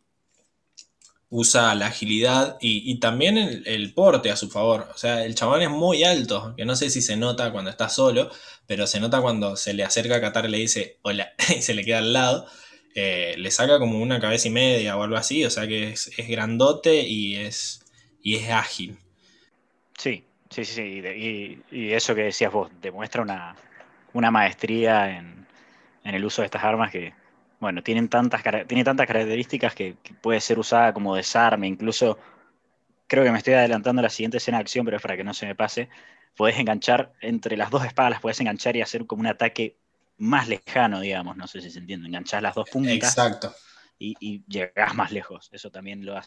usa la agilidad y, y también el, el porte a su favor. O sea, el chabón es muy alto, que no sé si se nota cuando está solo, pero se nota cuando se le acerca a Qatar y le dice hola y se le queda al lado. Eh, le saca como una cabeza y media o algo así, o sea que es, es grandote y es, y es ágil. Sí, sí, sí, sí. Y, de- y- y eso que decías vos, demuestra una, una maestría en, en el uso de estas armas que, bueno, tienen tantas, cara- tiene tantas características que, que puede ser usada como desarme. Incluso, creo que me estoy adelantando a la siguiente escena de acción, pero es para que no se me pase. Podés enganchar entre las dos espadas, las podés enganchar y hacer como un ataque más lejano, digamos. No sé si se entiende. Enganchás las dos puntas Exacto. y, y llegás más lejos. Eso también lo hace.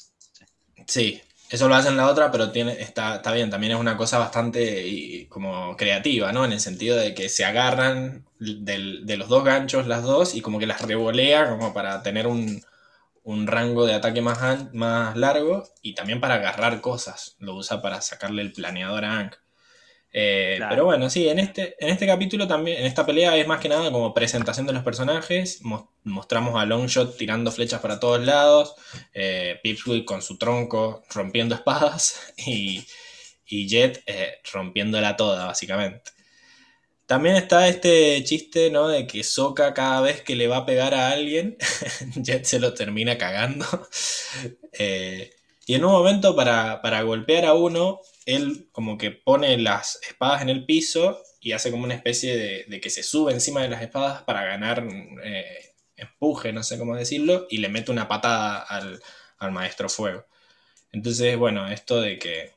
Sí, eso lo hace en la otra, pero tiene, está, está bien, también es una cosa bastante y, como creativa, ¿no? En el sentido de que se agarran del- de los dos ganchos las dos y como que las revolea como para tener un, un rango de ataque más, an- más largo y también para agarrar cosas. Lo usa para sacarle el planeador a Aang. Eh, pero Claro. bueno, sí, en este, en este capítulo también, en esta pelea es más que nada como presentación de los personajes. Mos- mostramos a Longshot tirando flechas para todos lados, eh, Pipsqueak con su tronco rompiendo espadas y, y Jet eh, rompiéndola toda, básicamente. También está este chiste, ¿no? De que Sokka cada vez que le va a pegar a alguien, Jet se lo termina cagando. Eh, y en un momento para, para golpear a uno, él como que pone las espadas en el piso y hace como una especie de, de que se sube encima de las espadas para ganar eh, empuje, no sé cómo decirlo, y le mete una patada al, al maestro fuego. Entonces, bueno, esto de que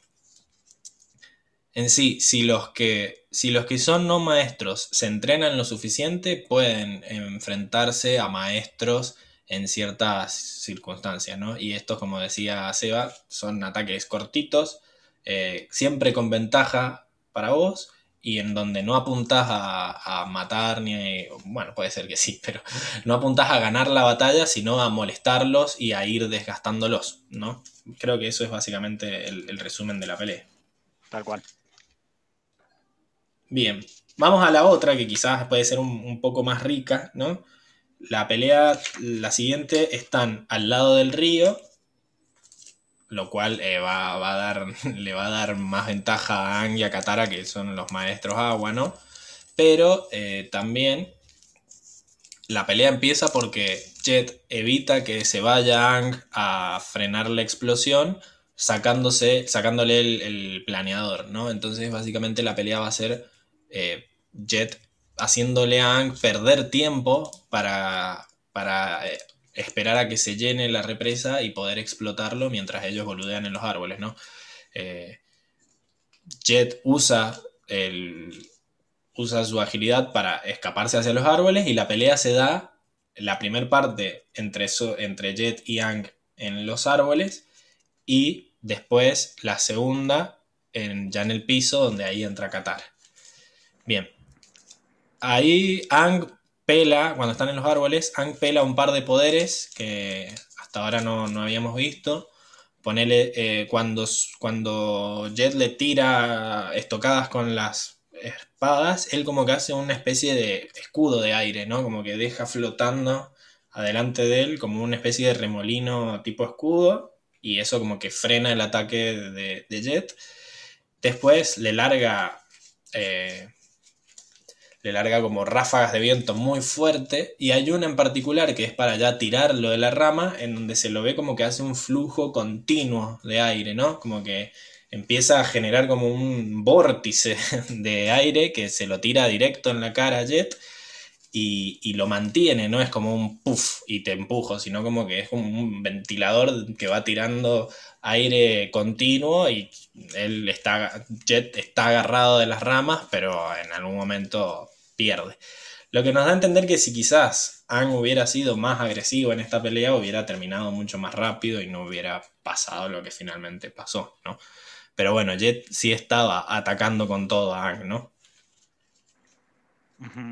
en sí, si los que, si los que son no maestros se entrenan lo suficiente, pueden enfrentarse a maestros en ciertas circunstancias, ¿no? Y estos, como decía Seba, son ataques cortitos, eh, siempre con ventaja para vos, y en donde no apuntás a, a matar ni a- bueno, puede ser que sí, pero no apuntás a ganar la batalla, sino a molestarlos y a ir desgastándolos, ¿no? Creo que eso es básicamente el, el resumen de la pelea. Tal cual. Bien, vamos a la otra que quizás puede ser un, un poco más rica, ¿no? La pelea, la siguiente, están al lado del río, lo cual eh, va, va a dar, le va a dar más ventaja a Aang y a Katara, que son los maestros agua, ¿no? Pero eh, también la pelea empieza porque Jet evita que se vaya Aang a frenar la explosión, sacándose, sacándole el, el planeador, ¿no? Entonces básicamente la pelea va a ser eh, Jet haciéndole a Aang perder tiempo para, para eh, esperar a que se llene la represa y poder explotarlo mientras ellos boludean en los árboles, ¿no? Eh, Jet usa el, usa su agilidad para escaparse hacia los árboles y la pelea se da, la primera parte entre, so, entre Jet y Aang en los árboles y después la segunda en, ya en el piso donde ahí entra Katara. Bien, ahí Aang pela, cuando están en los árboles, Aang pela un par de poderes que hasta ahora no, no habíamos visto. Ponele, eh, cuando, cuando Jet le tira estocadas con las espadas, él como que hace una especie de escudo de aire, ¿no? Como que deja flotando adelante de él como una especie de remolino tipo escudo y eso como que frena el ataque de, de Jet. Después le larga eh, le larga como ráfagas de viento muy fuerte y hay una en particular que es para ya tirarlo de la rama en donde se lo ve como que hace un flujo continuo de aire, ¿no? Como que empieza a generar como un vórtice de aire que se lo tira directo en la cara a Jet y, y lo mantiene, no es como un puff y te empujo, sino como que es como un ventilador que va tirando aire continuo y él está, Jet está agarrado de las ramas, pero en algún momento pierde. Lo que nos da a entender que si quizás Aang hubiera sido más agresivo en esta pelea, hubiera terminado mucho más rápido y no hubiera pasado lo que finalmente pasó, ¿no? Pero bueno, Jet sí estaba atacando con todo a Aang, ¿no? Ujú.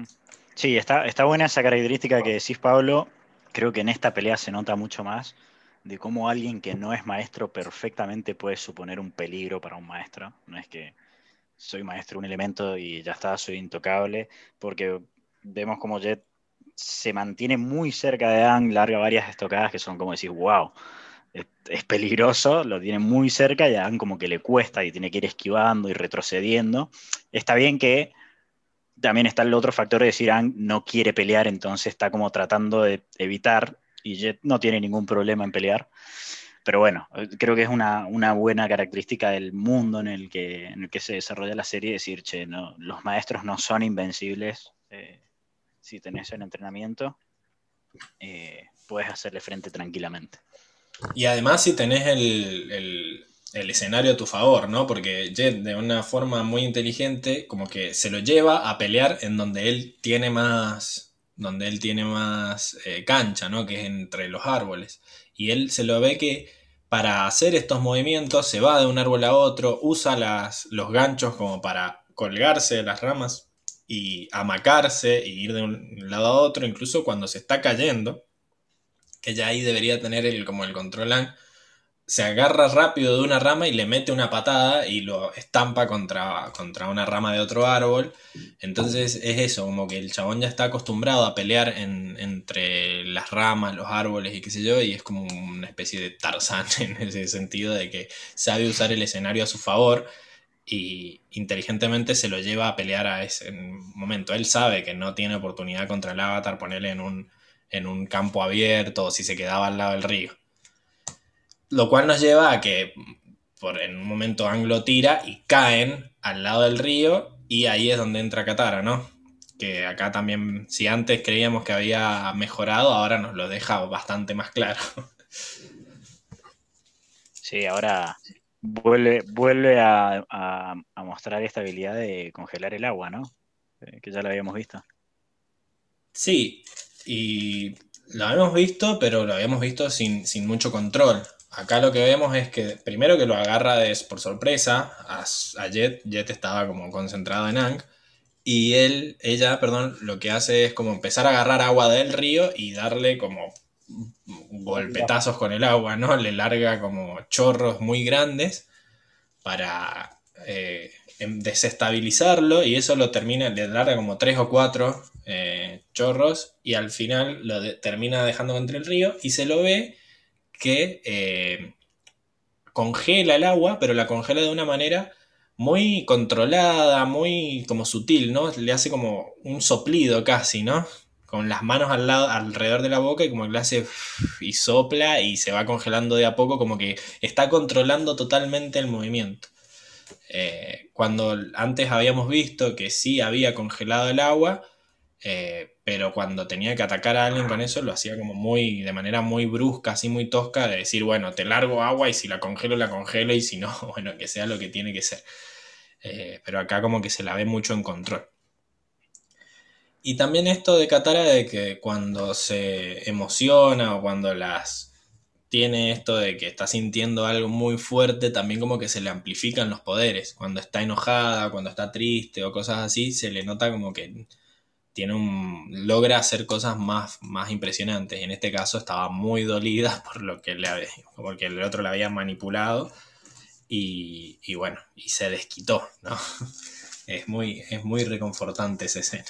Sí, está, está buena esa característica que decís, Pablo. Creo que en esta pelea se nota mucho más de cómo alguien que no es maestro perfectamente puede suponer un peligro para un maestro. No es que soy maestro de un elemento y ya está, soy intocable, porque vemos como Jet se mantiene muy cerca de Aang, larga varias estocadas que son como decir, wow, es, es peligroso, lo tiene muy cerca y a Aang como que le cuesta y tiene que ir esquivando y retrocediendo. Está bien que también está el otro factor de decir, Aang no quiere pelear, entonces está como tratando de evitar, y Jet no tiene ningún problema en pelear. Pero bueno, creo que es una, una buena característica del mundo en el, que, en el que se desarrolla la serie, decir, che, no, los maestros no son invencibles. Eh, si tenés el entrenamiento, eh, puedes hacerle frente tranquilamente. Y además si tenés el, el, el escenario a tu favor, ¿no? Porque Jet de una forma muy inteligente como que se lo lleva a pelear en donde él tiene más, donde él tiene más eh, cancha, ¿no? Que es entre los árboles. Y él se lo ve que para hacer estos movimientos se va de un árbol a otro, usa las, los ganchos como para colgarse de las ramas y amacarse y ir de un lado a otro, incluso cuando se está cayendo, que ya ahí debería tener el, como el control Aang, se agarra rápido de una rama y le mete una patada y lo estampa contra, contra una rama de otro árbol. Entonces es eso, como que el chabón ya está acostumbrado a pelear en, entre las ramas, los árboles y qué sé yo, y es como una especie de Tarzán en ese sentido de que sabe usar el escenario a su favor y inteligentemente se lo lleva a pelear a ese momento. Él sabe que no tiene oportunidad contra el Avatar, ponerle en un, en un campo abierto o si se quedaba al lado del río. Lo cual nos lleva a que por, en un momento Aang lo tira y caen al lado del río y ahí es donde entra Katara, ¿no? Que acá también, si antes creíamos que había mejorado, ahora nos lo deja bastante más claro. Sí, ahora vuelve, vuelve a, a, a mostrar esta habilidad de congelar el agua, ¿no? Eh, que ya lo habíamos visto. Sí, y lo habíamos visto, pero lo habíamos visto sin, sin mucho control. Acá lo que vemos es que primero que lo agarra de, por sorpresa a, a Jet. Jet estaba como concentrado en Aang. Y él, ella, perdón, lo que hace es como empezar a agarrar agua del río y darle como golpetazos con el agua, ¿no? Le larga como chorros muy grandes para eh, desestabilizarlo y eso lo termina, le larga como tres o cuatro eh, chorros y al final lo de, termina dejando contra el río y se lo ve que eh, congela el agua, pero la congela de una manera muy controlada, muy como sutil, ¿no? Le hace como un soplido casi, ¿no? Con las manos al lado, alrededor de la boca y como que le hace y sopla y se va congelando de a poco, como que está controlando totalmente el movimiento. Eh, cuando antes habíamos visto que sí había congelado el agua, eh, pero cuando tenía que atacar a alguien con eso lo hacía como muy, de manera muy brusca, así muy tosca, de decir, bueno, te largo agua y si la congelo, la congelo y si no, bueno, que sea lo que tiene que ser. Eh, pero acá como que se la ve mucho en control. Y también esto de Katara de que cuando se emociona o cuando las tiene esto de que está sintiendo algo muy fuerte, también como que se le amplifican los poderes. Cuando está enojada, cuando está triste o cosas así, se le nota como que tiene un, logra hacer cosas más, más impresionantes. Y en este caso estaba muy dolida por lo que le, porque el otro la había manipulado y, y bueno, y se desquitó, ¿no? Es muy, es muy reconfortante esa escena.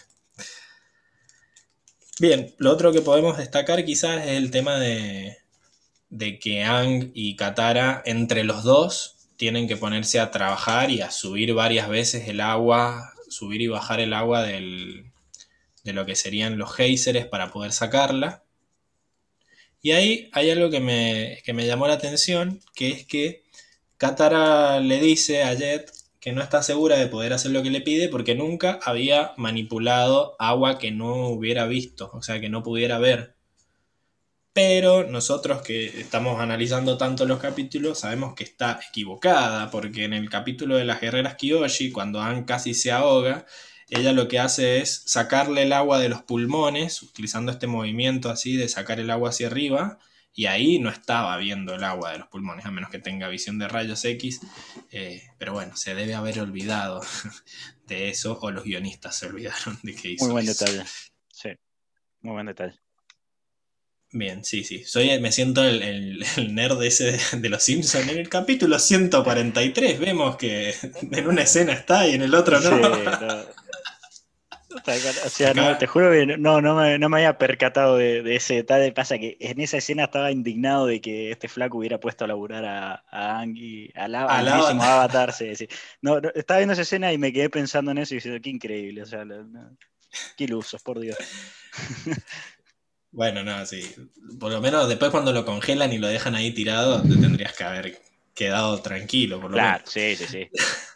Bien, lo otro que podemos destacar quizás es el tema de, de que Aang y Katara, entre los dos, tienen que ponerse a trabajar y a subir varias veces el agua, subir y bajar el agua del, de lo que serían los géiseres para poder sacarla. Y ahí hay algo que me, que me llamó la atención, que es que Katara le dice a Jet que no está segura de poder hacer lo que le pide porque nunca había manipulado agua que no hubiera visto, o sea, que no pudiera ver. Pero nosotros que estamos analizando tanto los capítulos sabemos que está equivocada, porque en el capítulo de las guerreras Kyoshi, cuando Aang casi se ahoga, ella lo que hace es sacarle el agua de los pulmones, utilizando este movimiento así de sacar el agua hacia arriba, y ahí no estaba viendo el agua de los pulmones, a menos que tenga visión de rayos X, eh, pero bueno, se debe haber olvidado de eso, o los guionistas se olvidaron de que Muy hizo buen eso. detalle. Sí, muy buen detalle. Bien, sí, sí. Soy, me siento el, el- el nerd ese de, de los Simpsons. En el capítulo ciento cuarenta y tres vemos que en una escena está y en el otro no. Sí, no. Tal cual. O sea, no, te Acá, juro que no, no me, no me había percatado de, de ese detalle. Pasa que en esa escena estaba indignado de que este flaco hubiera puesto a laburar a, a Angie, al, a- al al mismísimo Avatar. Avatar. Sí, sí. No, no, estaba viendo esa escena y me quedé pensando en eso y diciendo, qué increíble. O sea, la- no, qué ilusos, por Dios. Bueno, no, sí. Por lo menos después cuando lo congelan y lo dejan ahí tirado, te tendrías que haber quedado tranquilo, por lo menos. Claro, sí, sí, sí.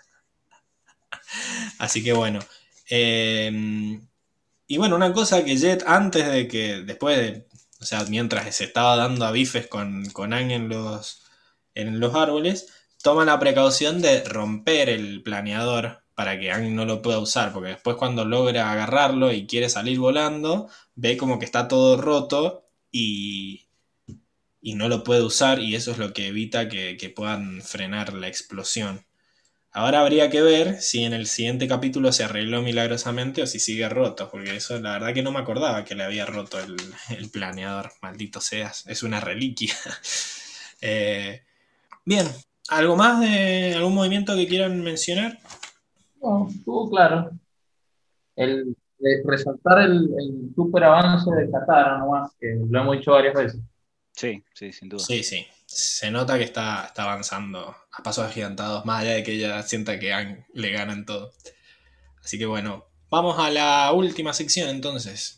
Así que bueno. Eh, y bueno, una cosa que Jet, antes de que, después de, o sea, mientras se estaba dando a bifes con, con Aang en los, en los árboles, toma la precaución de romper el planeador para que Aang no lo pueda usar, porque después cuando logra agarrarlo y quiere salir volando, ve como que está todo roto y, y no lo puede usar y eso es lo que evita que, que puedan frenar la explosión. Ahora habría que ver si en el siguiente capítulo se arregló milagrosamente o si sigue roto, porque eso la verdad que no me acordaba que le había roto el, el planeador, maldito seas, es una reliquia. Eh, bien, ¿algo más de algún movimiento que quieran mencionar? No, estuvo claro. El, de resaltar el, el súper avance de Katara nomás, que lo hemos dicho varias veces. Sí, sí, sin duda. Sí, sí, se nota que está, está avanzando a pasos agigantados, más allá de que ella sienta que Aang le gana en todo. Así que bueno, vamos a la última sección entonces.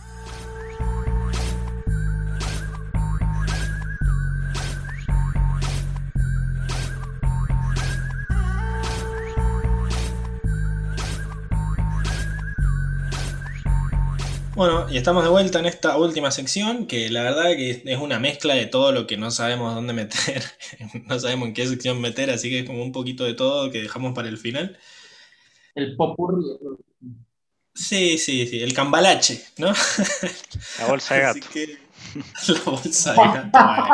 Bueno, y estamos de vuelta en esta última sección, que la verdad que es una mezcla de todo lo que no sabemos dónde meter, no sabemos en qué sección meter, así que es como un poquito de todo que dejamos para el final. El popurrí. Sí, sí, sí, el cambalache, ¿no? La bolsa de Así gato. que la bolsa de gato, bueno,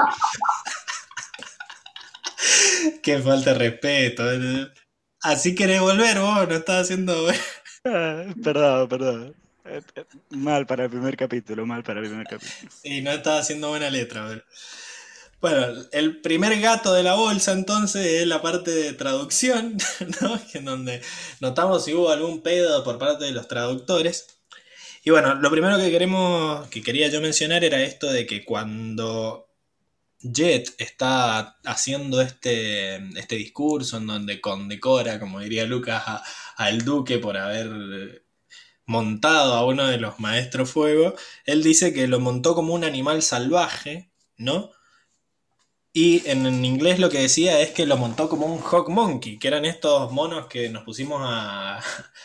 qué falta de respeto. ¿No? Así querés volver vos, no estás haciendo... Ah, perdón, perdón. Eh, eh, Mal para el primer capítulo, mal para el primer capítulo. Sí, no estás haciendo buena letra, pero... Bueno, el primer gato de la bolsa entonces es la parte de traducción, ¿no? En donde notamos si hubo algún pedo por parte de los traductores. Y bueno, lo primero que queremos, que quería yo mencionar era esto de que cuando Jet está haciendo este, este discurso en donde condecora, como diría Lucas, a- al duque por haber montado a uno de los maestros fuego, él dice que lo montó como un animal salvaje, ¿no? Y en, en inglés lo que decía es que lo montó como un Hawk Monkey, que eran estos monos que nos pusimos a,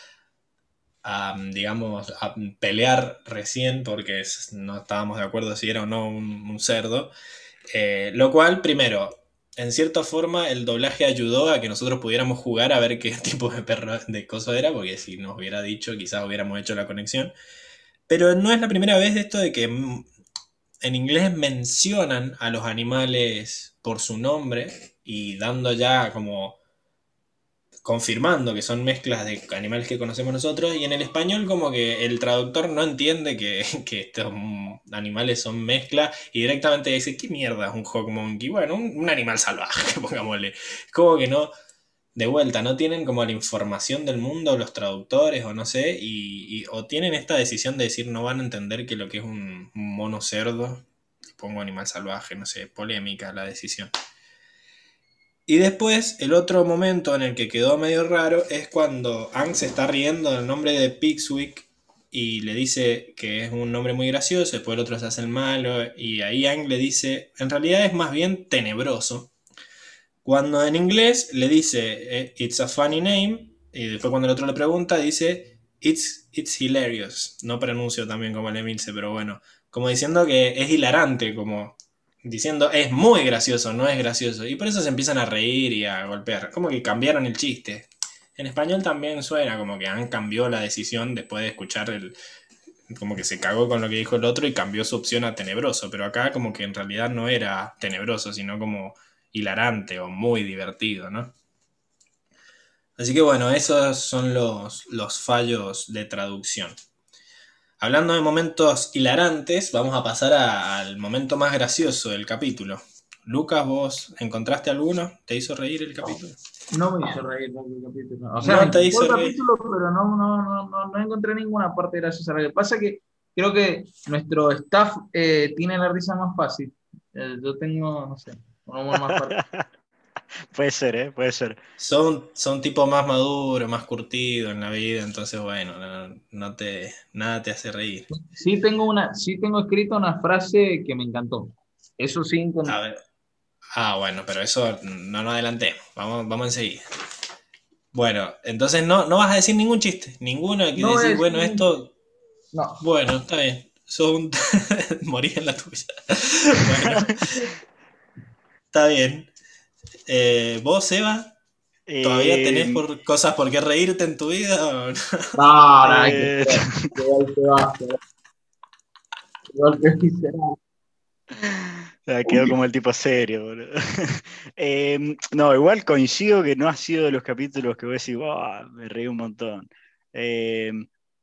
a, digamos, a pelear recién porque no estábamos de acuerdo si era o no un, un cerdo. Eh, lo cual, primero, en cierta forma el doblaje ayudó a que nosotros pudiéramos jugar a ver qué tipo de perro de coso era, porque si nos hubiera dicho quizás hubiéramos hecho la conexión. Pero no es la primera vez de esto de que mm, en inglés mencionan a los animales por su nombre y dando ya como confirmando que son mezclas de animales que conocemos nosotros y en el español como que el traductor no entiende que, que estos animales son mezclas y directamente dice, ¿qué mierda es un hawk monkey? Bueno, un, un animal salvaje, pongámosle. Como que no, de vuelta, no tienen como la información del mundo los traductores o no sé, y, y- o tienen esta decisión de decir no van a entender que lo que es un, un mono cerdo, pongo animal salvaje, no sé, polémica la decisión. Y después, el otro momento en el que quedó medio raro es cuando Aang se está riendo del nombre de Pixwick y le dice que es un nombre muy gracioso, después el otro se hace el malo y ahí Aang le dice, en realidad es más bien tenebroso. Cuando en inglés le dice, eh, it's a funny name, y después cuando el otro le pregunta dice, it's, it's hilarious. No pronuncio también como el Emilce, pero bueno, como diciendo que es hilarante, como diciendo es muy gracioso, no es gracioso. Y por eso se empiezan a reír y a golpear. Como que cambiaron el chiste. En español también suena como que han cambió la decisión después de escuchar el... Como que se cagó con lo que dijo el otro y cambió su opción a tenebroso. Pero acá como que en realidad no era tenebroso, sino como hilarante o muy divertido, ¿no? Así que bueno, esos son los, los fallos de traducción. Hablando de momentos hilarantes, vamos a pasar a- al momento más gracioso del capítulo. Lucas, ¿vos encontraste alguno? ¿Te hizo reír el capítulo? No me hizo reír el capítulo. O sea, me No te encantó hizo el reír. capítulo, pero no, no, no, no, no encontré ninguna parte graciosa. Lo que pasa es que creo que nuestro staff eh, tiene la risa más fácil. Eh, yo tengo, no sé, un humor más fuerte. Puede ser, ¿eh? Puede ser. Son, son tipos más maduros, más curtidos en la vida, entonces bueno, no, no te, nada te hace reír. Sí tengo una, sí tengo escrita una frase que me encantó. Eso sí, A con- ver. Ah, bueno, pero eso no nos adelantemos. Vamos, vamos enseguida. Bueno, entonces no, no vas a decir ningún chiste. Ninguno que no voy a decir, decir bueno, ningún chiste. esto. No. Bueno, está bien. Sos un. Morí en la tuya. Bueno, está bien. Eh, ¿vos, Eva, todavía Eh, tenés por, cosas por qué reírte en tu vida? ¿O no? No, no, hay que eh, que golpe bajo, que golpe visceral. Ah, quedó como el tipo serio, boludo. Eh, no, igual coincido que no ha sido de los capítulos que voy a decir, "Buah, me reí un montón". Eh,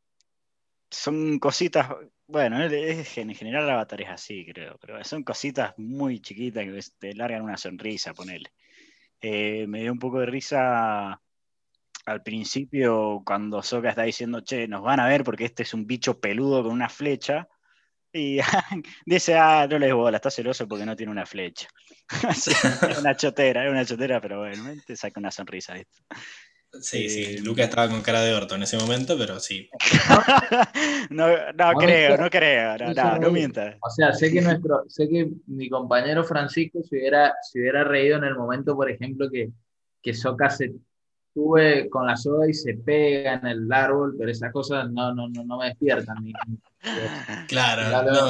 son cositas, bueno, es- en general Avatar es así, creo, pero son cositas muy chiquitas que te largan una sonrisa, ponele. Eh, me dio un poco de risa al principio cuando Sokka está diciendo, che, nos van a ver porque este es un bicho peludo con una flecha. Y dice, ah, no les bola, está celoso porque no tiene una flecha. Sí, es una chotera, es una chotera, pero bueno, te saca una sonrisa esto. Sí, sí. Eh, Lucas estaba con cara de orto en ese momento, pero sí. No, no, no no me hizo, creo, no creo, me no, hizo no, no reír. mientas. O sea, sé que nuestro, sé que mi compañero Francisco se hubiera, se hubiera reído en el momento, por ejemplo, que, que Sokka se sube con la soga y se pega en el árbol, pero esas cosas no, no, no, no me despiertan. Ni, ni- Claro, no. indudablemente.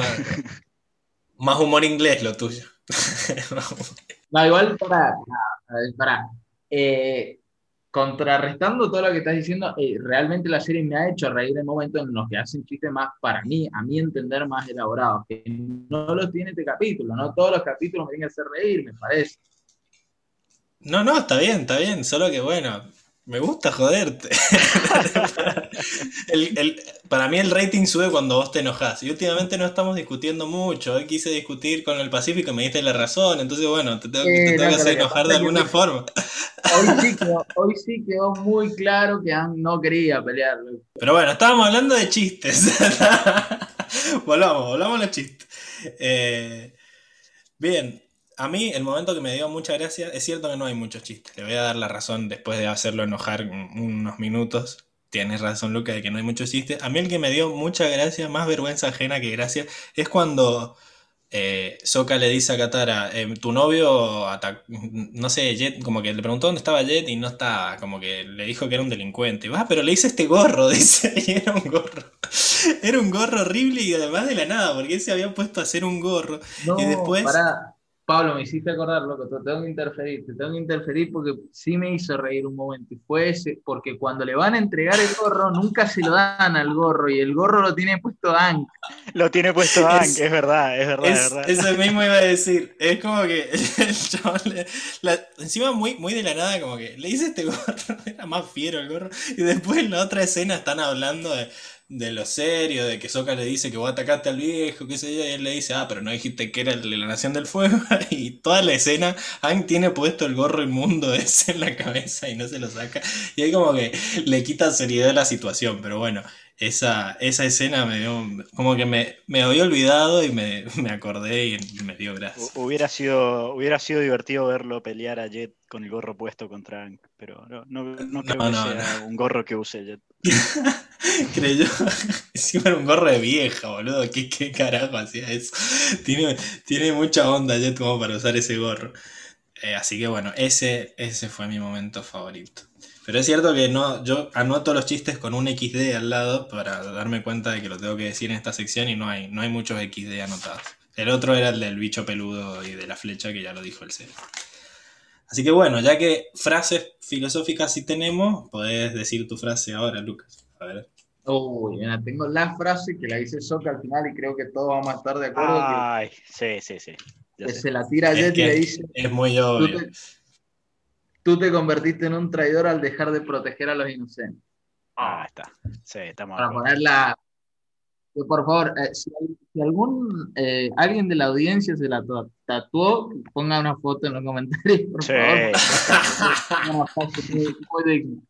Más humor inglés lo tuyo. No, igual para, para, para, eh, contrarrestando todo lo que estás diciendo, eh, realmente la serie me ha hecho reír en momentos en los que hacen chistes más, para mí, a mi entender, más elaborados, que no los tiene este capítulo, no todos los capítulos me tienen que hacer reír, me parece. No, no, está bien, está bien. Solo que bueno, me gusta joderte. El- el- para mí el rating sube cuando vos te enojás. Y últimamente no estamos discutiendo mucho. Hoy quise discutir con el Pacífico y me diste la razón. Entonces, bueno, te tengo, que- te Eh, tengo que no, hacer lo que enojar pasa de es que alguna hoy, forma. hoy sí quedó, hoy sí quedó muy claro que Ang no quería pelear. Pero bueno, estábamos hablando de chistes. Volvamos, volvamos a los chistes. Eh, bien, a mí el momento que me dio mucha gracia, es cierto que no hay muchos chistes. Le voy a dar la razón después de hacerlo enojar unos minutos. Tienes razón, Luca, de que no hay muchos chistes. A mí el que me dio mucha gracia, más vergüenza ajena que gracia, es cuando eh, Sokka le dice a Katara, eh, tu novio, ata- no sé, Jet, como que le preguntó dónde estaba Jet y no estaba, como que le dijo que era un delincuente. Va, pero le hice este gorro, dice, y era un gorro. Era un gorro horrible y además de la nada, porque él se había puesto a hacer un gorro y No, después. para Pablo, me hiciste acordar, loco, te tengo que interferir, te tengo que interferir porque sí me hizo reír un momento. Y fue ese, porque cuando le van a entregar el gorro, nunca se lo dan al gorro y el gorro lo tiene puesto Hank. Lo tiene puesto Hank, Es, es verdad, es verdad, es Es, verdad. eso mismo iba a decir. Es como que el chabón le- la- encima muy, muy de la nada, como que le hice este gorro, era más fiero el gorro. Y después en la otra escena están hablando de, de lo serio, de que Sokka le dice que vos atacaste al viejo, qué sé yo, y él le dice, ah, pero no dijiste que era el de la Nación del Fuego. Y toda la escena, Aang tiene puesto el gorro inmundo ese en la cabeza y no se lo saca. Y ahí como que le quita seriedad a la situación, pero bueno. Esa, esa escena me dio, como que me, me había olvidado y me, me acordé y me dio Hu- gracia. Hubiera sido, hubiera sido divertido verlo pelear a Jet con el gorro puesto contra Hank, pero no, no, no creo No, que no, no. sea un gorro que use Jet. Creyó. Encima era un gorro de vieja, boludo. ¿Qué, qué carajo hacía eso? Tiene, tiene mucha onda Jet como para usar ese gorro. Eh, así que bueno, ese, ese fue mi momento favorito. Pero es cierto que no, yo anoto los chistes con un equis de al lado para darme cuenta de que lo tengo que decir en esta sección y no hay, no hay muchos equis de anotados. El otro era el del bicho peludo y de la flecha que ya lo dijo el cero. Así que bueno, ya que frases filosóficas sí tenemos, podés decir tu frase ahora, Lucas. A ver. Uy, mira, tengo la frase que la dice Sokka al final y creo que todos vamos a estar de acuerdo que, Ay, sí, sí, sí, ya que sé. se la tira a Es Jet y le que dice, es muy tú obvio. te, tú te convertiste en un traidor al dejar de proteger a los inocentes. Ah, Oh, está. Sí, estamos de para acuerdo. ponerla, por favor, eh, si, si algún eh, alguien de la audiencia se la ta- tatuó, ponga una foto en los comentarios, por Sí, favor. sí, sí, sí. Es una frase muy, muy digna.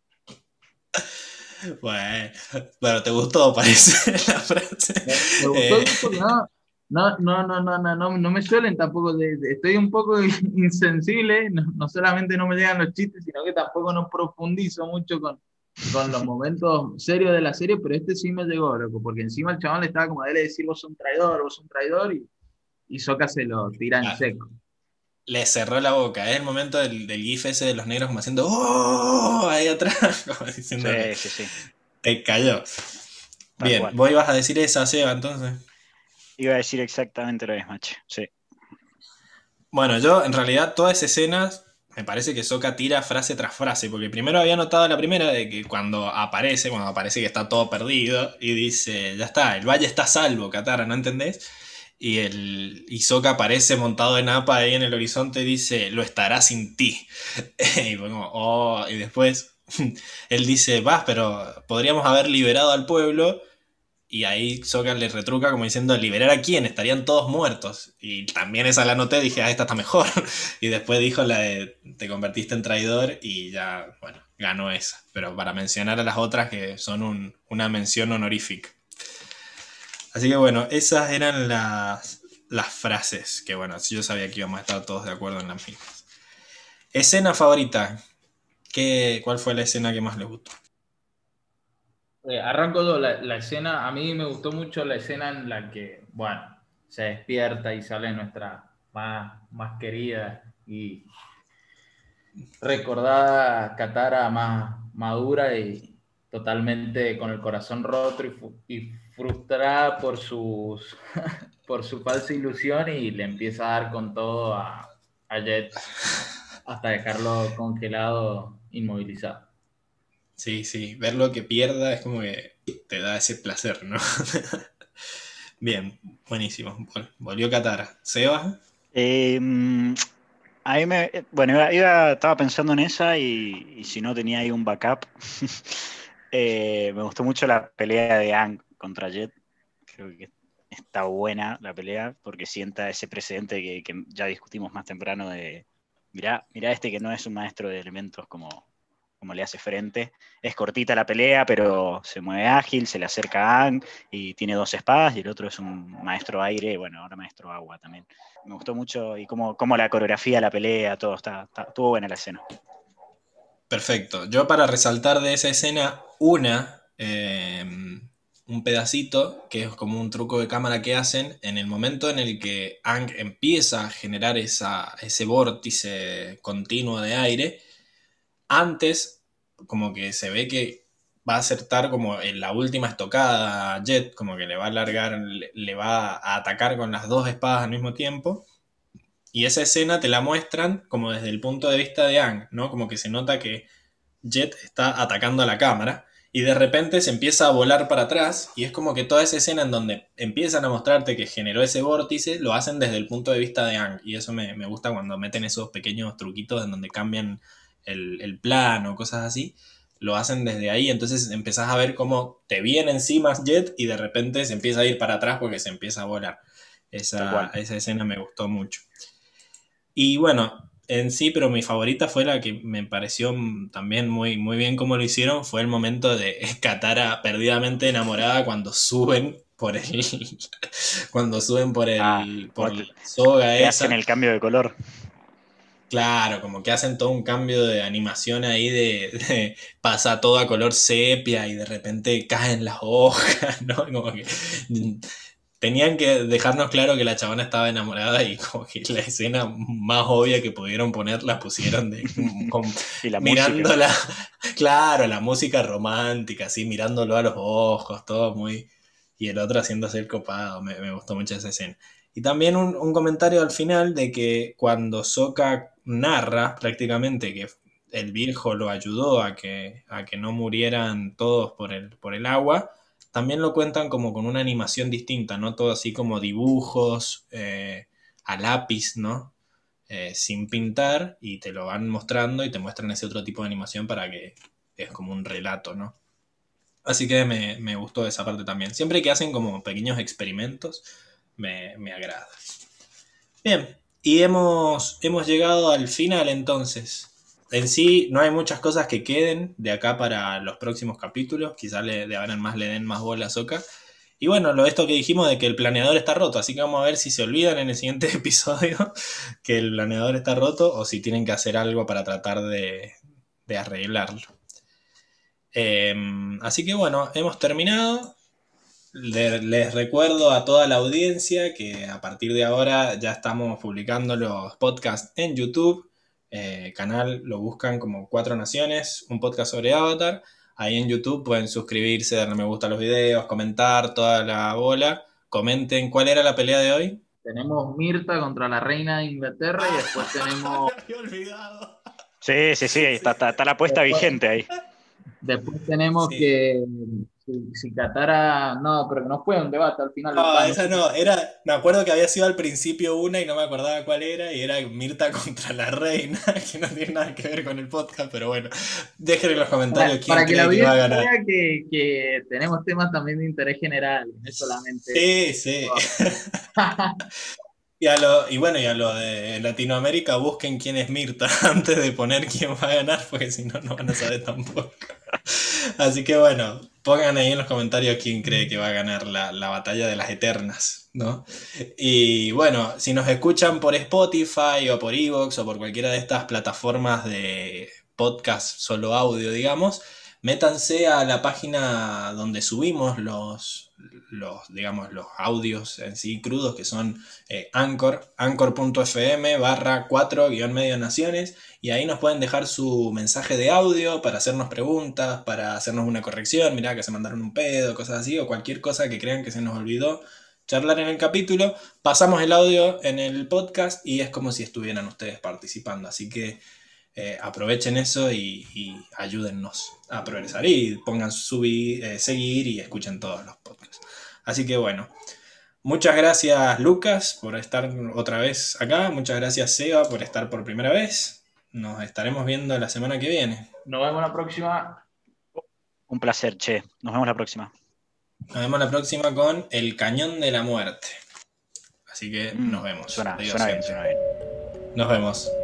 Bueno, bueno, ¿te gustó? Parece la frase. Me, me gustó Eh, sí, porque no, no, no, no, no, no, no, no me suelen tampoco, de- de- estoy un poco insensible, no, no solamente no me llegan los chistes, sino que tampoco no profundizo mucho con, con los momentos serios de la serie, pero este sí me llegó, loco, porque encima el chabón le estaba como a él decir, vos sos un traidor, vos sos un traidor, y, y Sokka se lo tira en claro, seco. le cerró la boca. Es el momento del, del gif ese de los negros como haciendo ¡Oh! Ahí atrás, como diciéndole, Sí, sí, sí, te cayó. tal Bien, cual. vos ibas a decir esa, Seba, entonces. Iba a decir exactamente lo mismo, che. Sí. Bueno, yo en realidad toda esa escena me parece que Sokka tira frase tras frase, porque primero había notado la primera de que cuando aparece, cuando aparece que está todo perdido y dice, ya está, el valle está a salvo, Katara, ¿no entendés? Y el y Sokka aparece montado en Appa ahí en el horizonte y dice, lo estará sin ti. Y fue como, oh, y después él dice, vas, pero podríamos haber liberado al pueblo. Y ahí Sokka le retruca como diciendo, ¿liberar a quién? Estarían todos muertos. Y también esa la noté, dije, ah, esta está mejor. Y después dijo la de, te convertiste en traidor y ya, bueno, ganó esa. Pero para mencionar a las otras que son un- una mención honorífica. Así que bueno, esas eran las, las frases. Que bueno, yo sabía que íbamos a estar todos de acuerdo en las mismas. Escena favorita. ¿Qué, ¿Cuál fue la escena que más les gustó? Eh, arranco yo, la, la escena, a mí me gustó mucho la escena en la que, bueno, se despierta y sale nuestra más, más querida y recordada Katara más madura y totalmente con el corazón roto y, fu- y frustrada por sus por su falsa ilusión y le empieza a dar con todo a, a Jet hasta dejarlo congelado, inmovilizado. Sí, sí, ver lo que pierda es como que te da ese placer, ¿no? Bien, buenísimo. Vol- Volvió Katara. ¿Seba? Eh, a mí me, bueno, iba, iba- estaba pensando en esa y, y si no tenía ahí un backup. Eh, me gustó mucho la pelea de Aang contra Jet. Creo que está buena la pelea porque sienta ese precedente que, que ya discutimos más temprano de, mirá, mirá este que no es un maestro de elementos como, como le hace frente. Es cortita la pelea, pero se mueve ágil, se le acerca a Aang y tiene dos espadas y el otro es un maestro aire, bueno, ahora maestro agua también. Me gustó mucho y cómo, cómo la coreografía, la pelea, todo está, está, estuvo buena la escena. Perfecto. Yo para resaltar de esa escena una, eh, un pedacito, que es como un truco de cámara que hacen, en el momento en el que Aang empieza a generar esa, ese vórtice continuo de aire, antes como que se ve que va a acertar como en la última estocada a Jet, como que le va a alargar, le, le va a atacar con las dos espadas al mismo tiempo. Y esa escena te la muestran como desde el punto de vista de Aang, ¿no? Como que se nota que Jet está atacando a la cámara y de repente se empieza a volar para atrás y es como que toda esa escena en donde empiezan a mostrarte que generó ese vórtice lo hacen desde el punto de vista de Aang y eso me, me gusta cuando meten esos pequeños truquitos en donde cambian el, el plano, cosas así, lo hacen desde ahí, entonces empezás a ver cómo te viene encima Jet y de repente se empieza a ir para atrás porque se empieza a volar. Tal Esa, cual. esa escena me gustó mucho. Y bueno, en sí, pero mi favorita fue la que me pareció mm, también muy, muy bien como lo hicieron, fue el momento de Katara perdidamente enamorada cuando suben por el, cuando suben por Ah, el, por como la te, soga te hacen esa. el cambio de color. Claro, como que hacen todo un cambio de animación ahí de, de pasa todo a color sepia y de repente caen las hojas, ¿no? Como que tenían que dejarnos claro que la chabona estaba enamorada y como que la escena más obvia que pudieron poner la pusieron de, con- Y la música. mirándola, claro, la música romántica, así mirándolo a los ojos, todo muy... Y el otro haciéndose el copado, me, me gustó mucho esa escena. Y también un, un comentario al final de que cuando Sokka narra prácticamente que el viejo lo ayudó a que, a que no murieran todos por el, por el agua, también lo cuentan como con una animación distinta, ¿no? Todo así como dibujos eh, a lápiz, ¿no? Eh, sin pintar y te lo van mostrando y te muestran ese otro tipo de animación para que es como un relato, ¿no? Así que me, me gustó esa parte también. Siempre que hacen como pequeños experimentos, me, me agrada. Bien, y hemos, hemos llegado al final entonces. En sí, no hay muchas cosas que queden de acá para los próximos capítulos. Quizás le, de ahora en más le den más bola a Soca. Y bueno, lo esto que dijimos de que el planeador está roto, así que vamos a ver si se olvidan en el siguiente episodio que el planeador está roto o si tienen que hacer algo para tratar de, de arreglarlo. Eh, así que bueno, hemos terminado. Le- Les recuerdo a toda la audiencia que a partir de ahora ya estamos publicando los podcasts en YouTube. Eh, canal lo buscan como Cuatro Naciones, un podcast sobre Avatar. Ahí en YouTube pueden suscribirse, darle me gusta a los videos, comentar toda la bola. Comenten cuál era la pelea de hoy. Tenemos Mirta contra la reina de Inglaterra y después tenemos, Me había olvidado. Sí, sí, sí, está, está, está la apuesta después, vigente ahí. después tenemos Sí. que si, si Katara, no, pero que no fue un debate al final. No, va, no esa sé. no, era, me acuerdo que había sido al principio una y no me acordaba cuál era, y era Mirta contra la reina, que no tiene nada que ver con el podcast, pero bueno, dejen en los Para, comentarios quién para que la cree que va a audiencia ganar. vea que, que tenemos temas también de interés general, no es solamente... Sí, sí. Y, a lo, y bueno, y a lo de Latinoamérica busquen quién es Mirta antes de poner quién va a ganar, porque si no, no van a saber tampoco. Así que bueno, pongan ahí en los comentarios quién cree que va a ganar la, la batalla de las eternas, ¿no? Y bueno, si nos escuchan por Spotify o por Evox o por cualquiera de estas plataformas de podcast solo audio, digamos, métanse a la página donde subimos los, los, digamos, los audios en sí crudos, que son eh, Anchor, anchor.fm barra cuatro guión medio naciones, y ahí nos pueden dejar su mensaje de audio para hacernos preguntas, para hacernos una corrección, mirá que se mandaron un pedo, cosas así, o cualquier cosa que crean que se nos olvidó charlar en el capítulo. Pasamos el audio en el podcast y es como si estuvieran ustedes participando, así que eh, aprovechen eso y, y ayúdennos a progresar y pongan subir, eh, seguir y escuchen todos los podcasts. Así que bueno, muchas gracias Lucas por estar otra vez acá, muchas gracias Seba por estar por primera vez. Nos estaremos viendo la semana que viene. Nos vemos la próxima. Un placer, che. Nos vemos la próxima. Nos vemos la próxima con El Cañón de la Muerte. Así que Mm, nos vemos. suena, Adiós, suena bien, gente. suena bien. Nos vemos.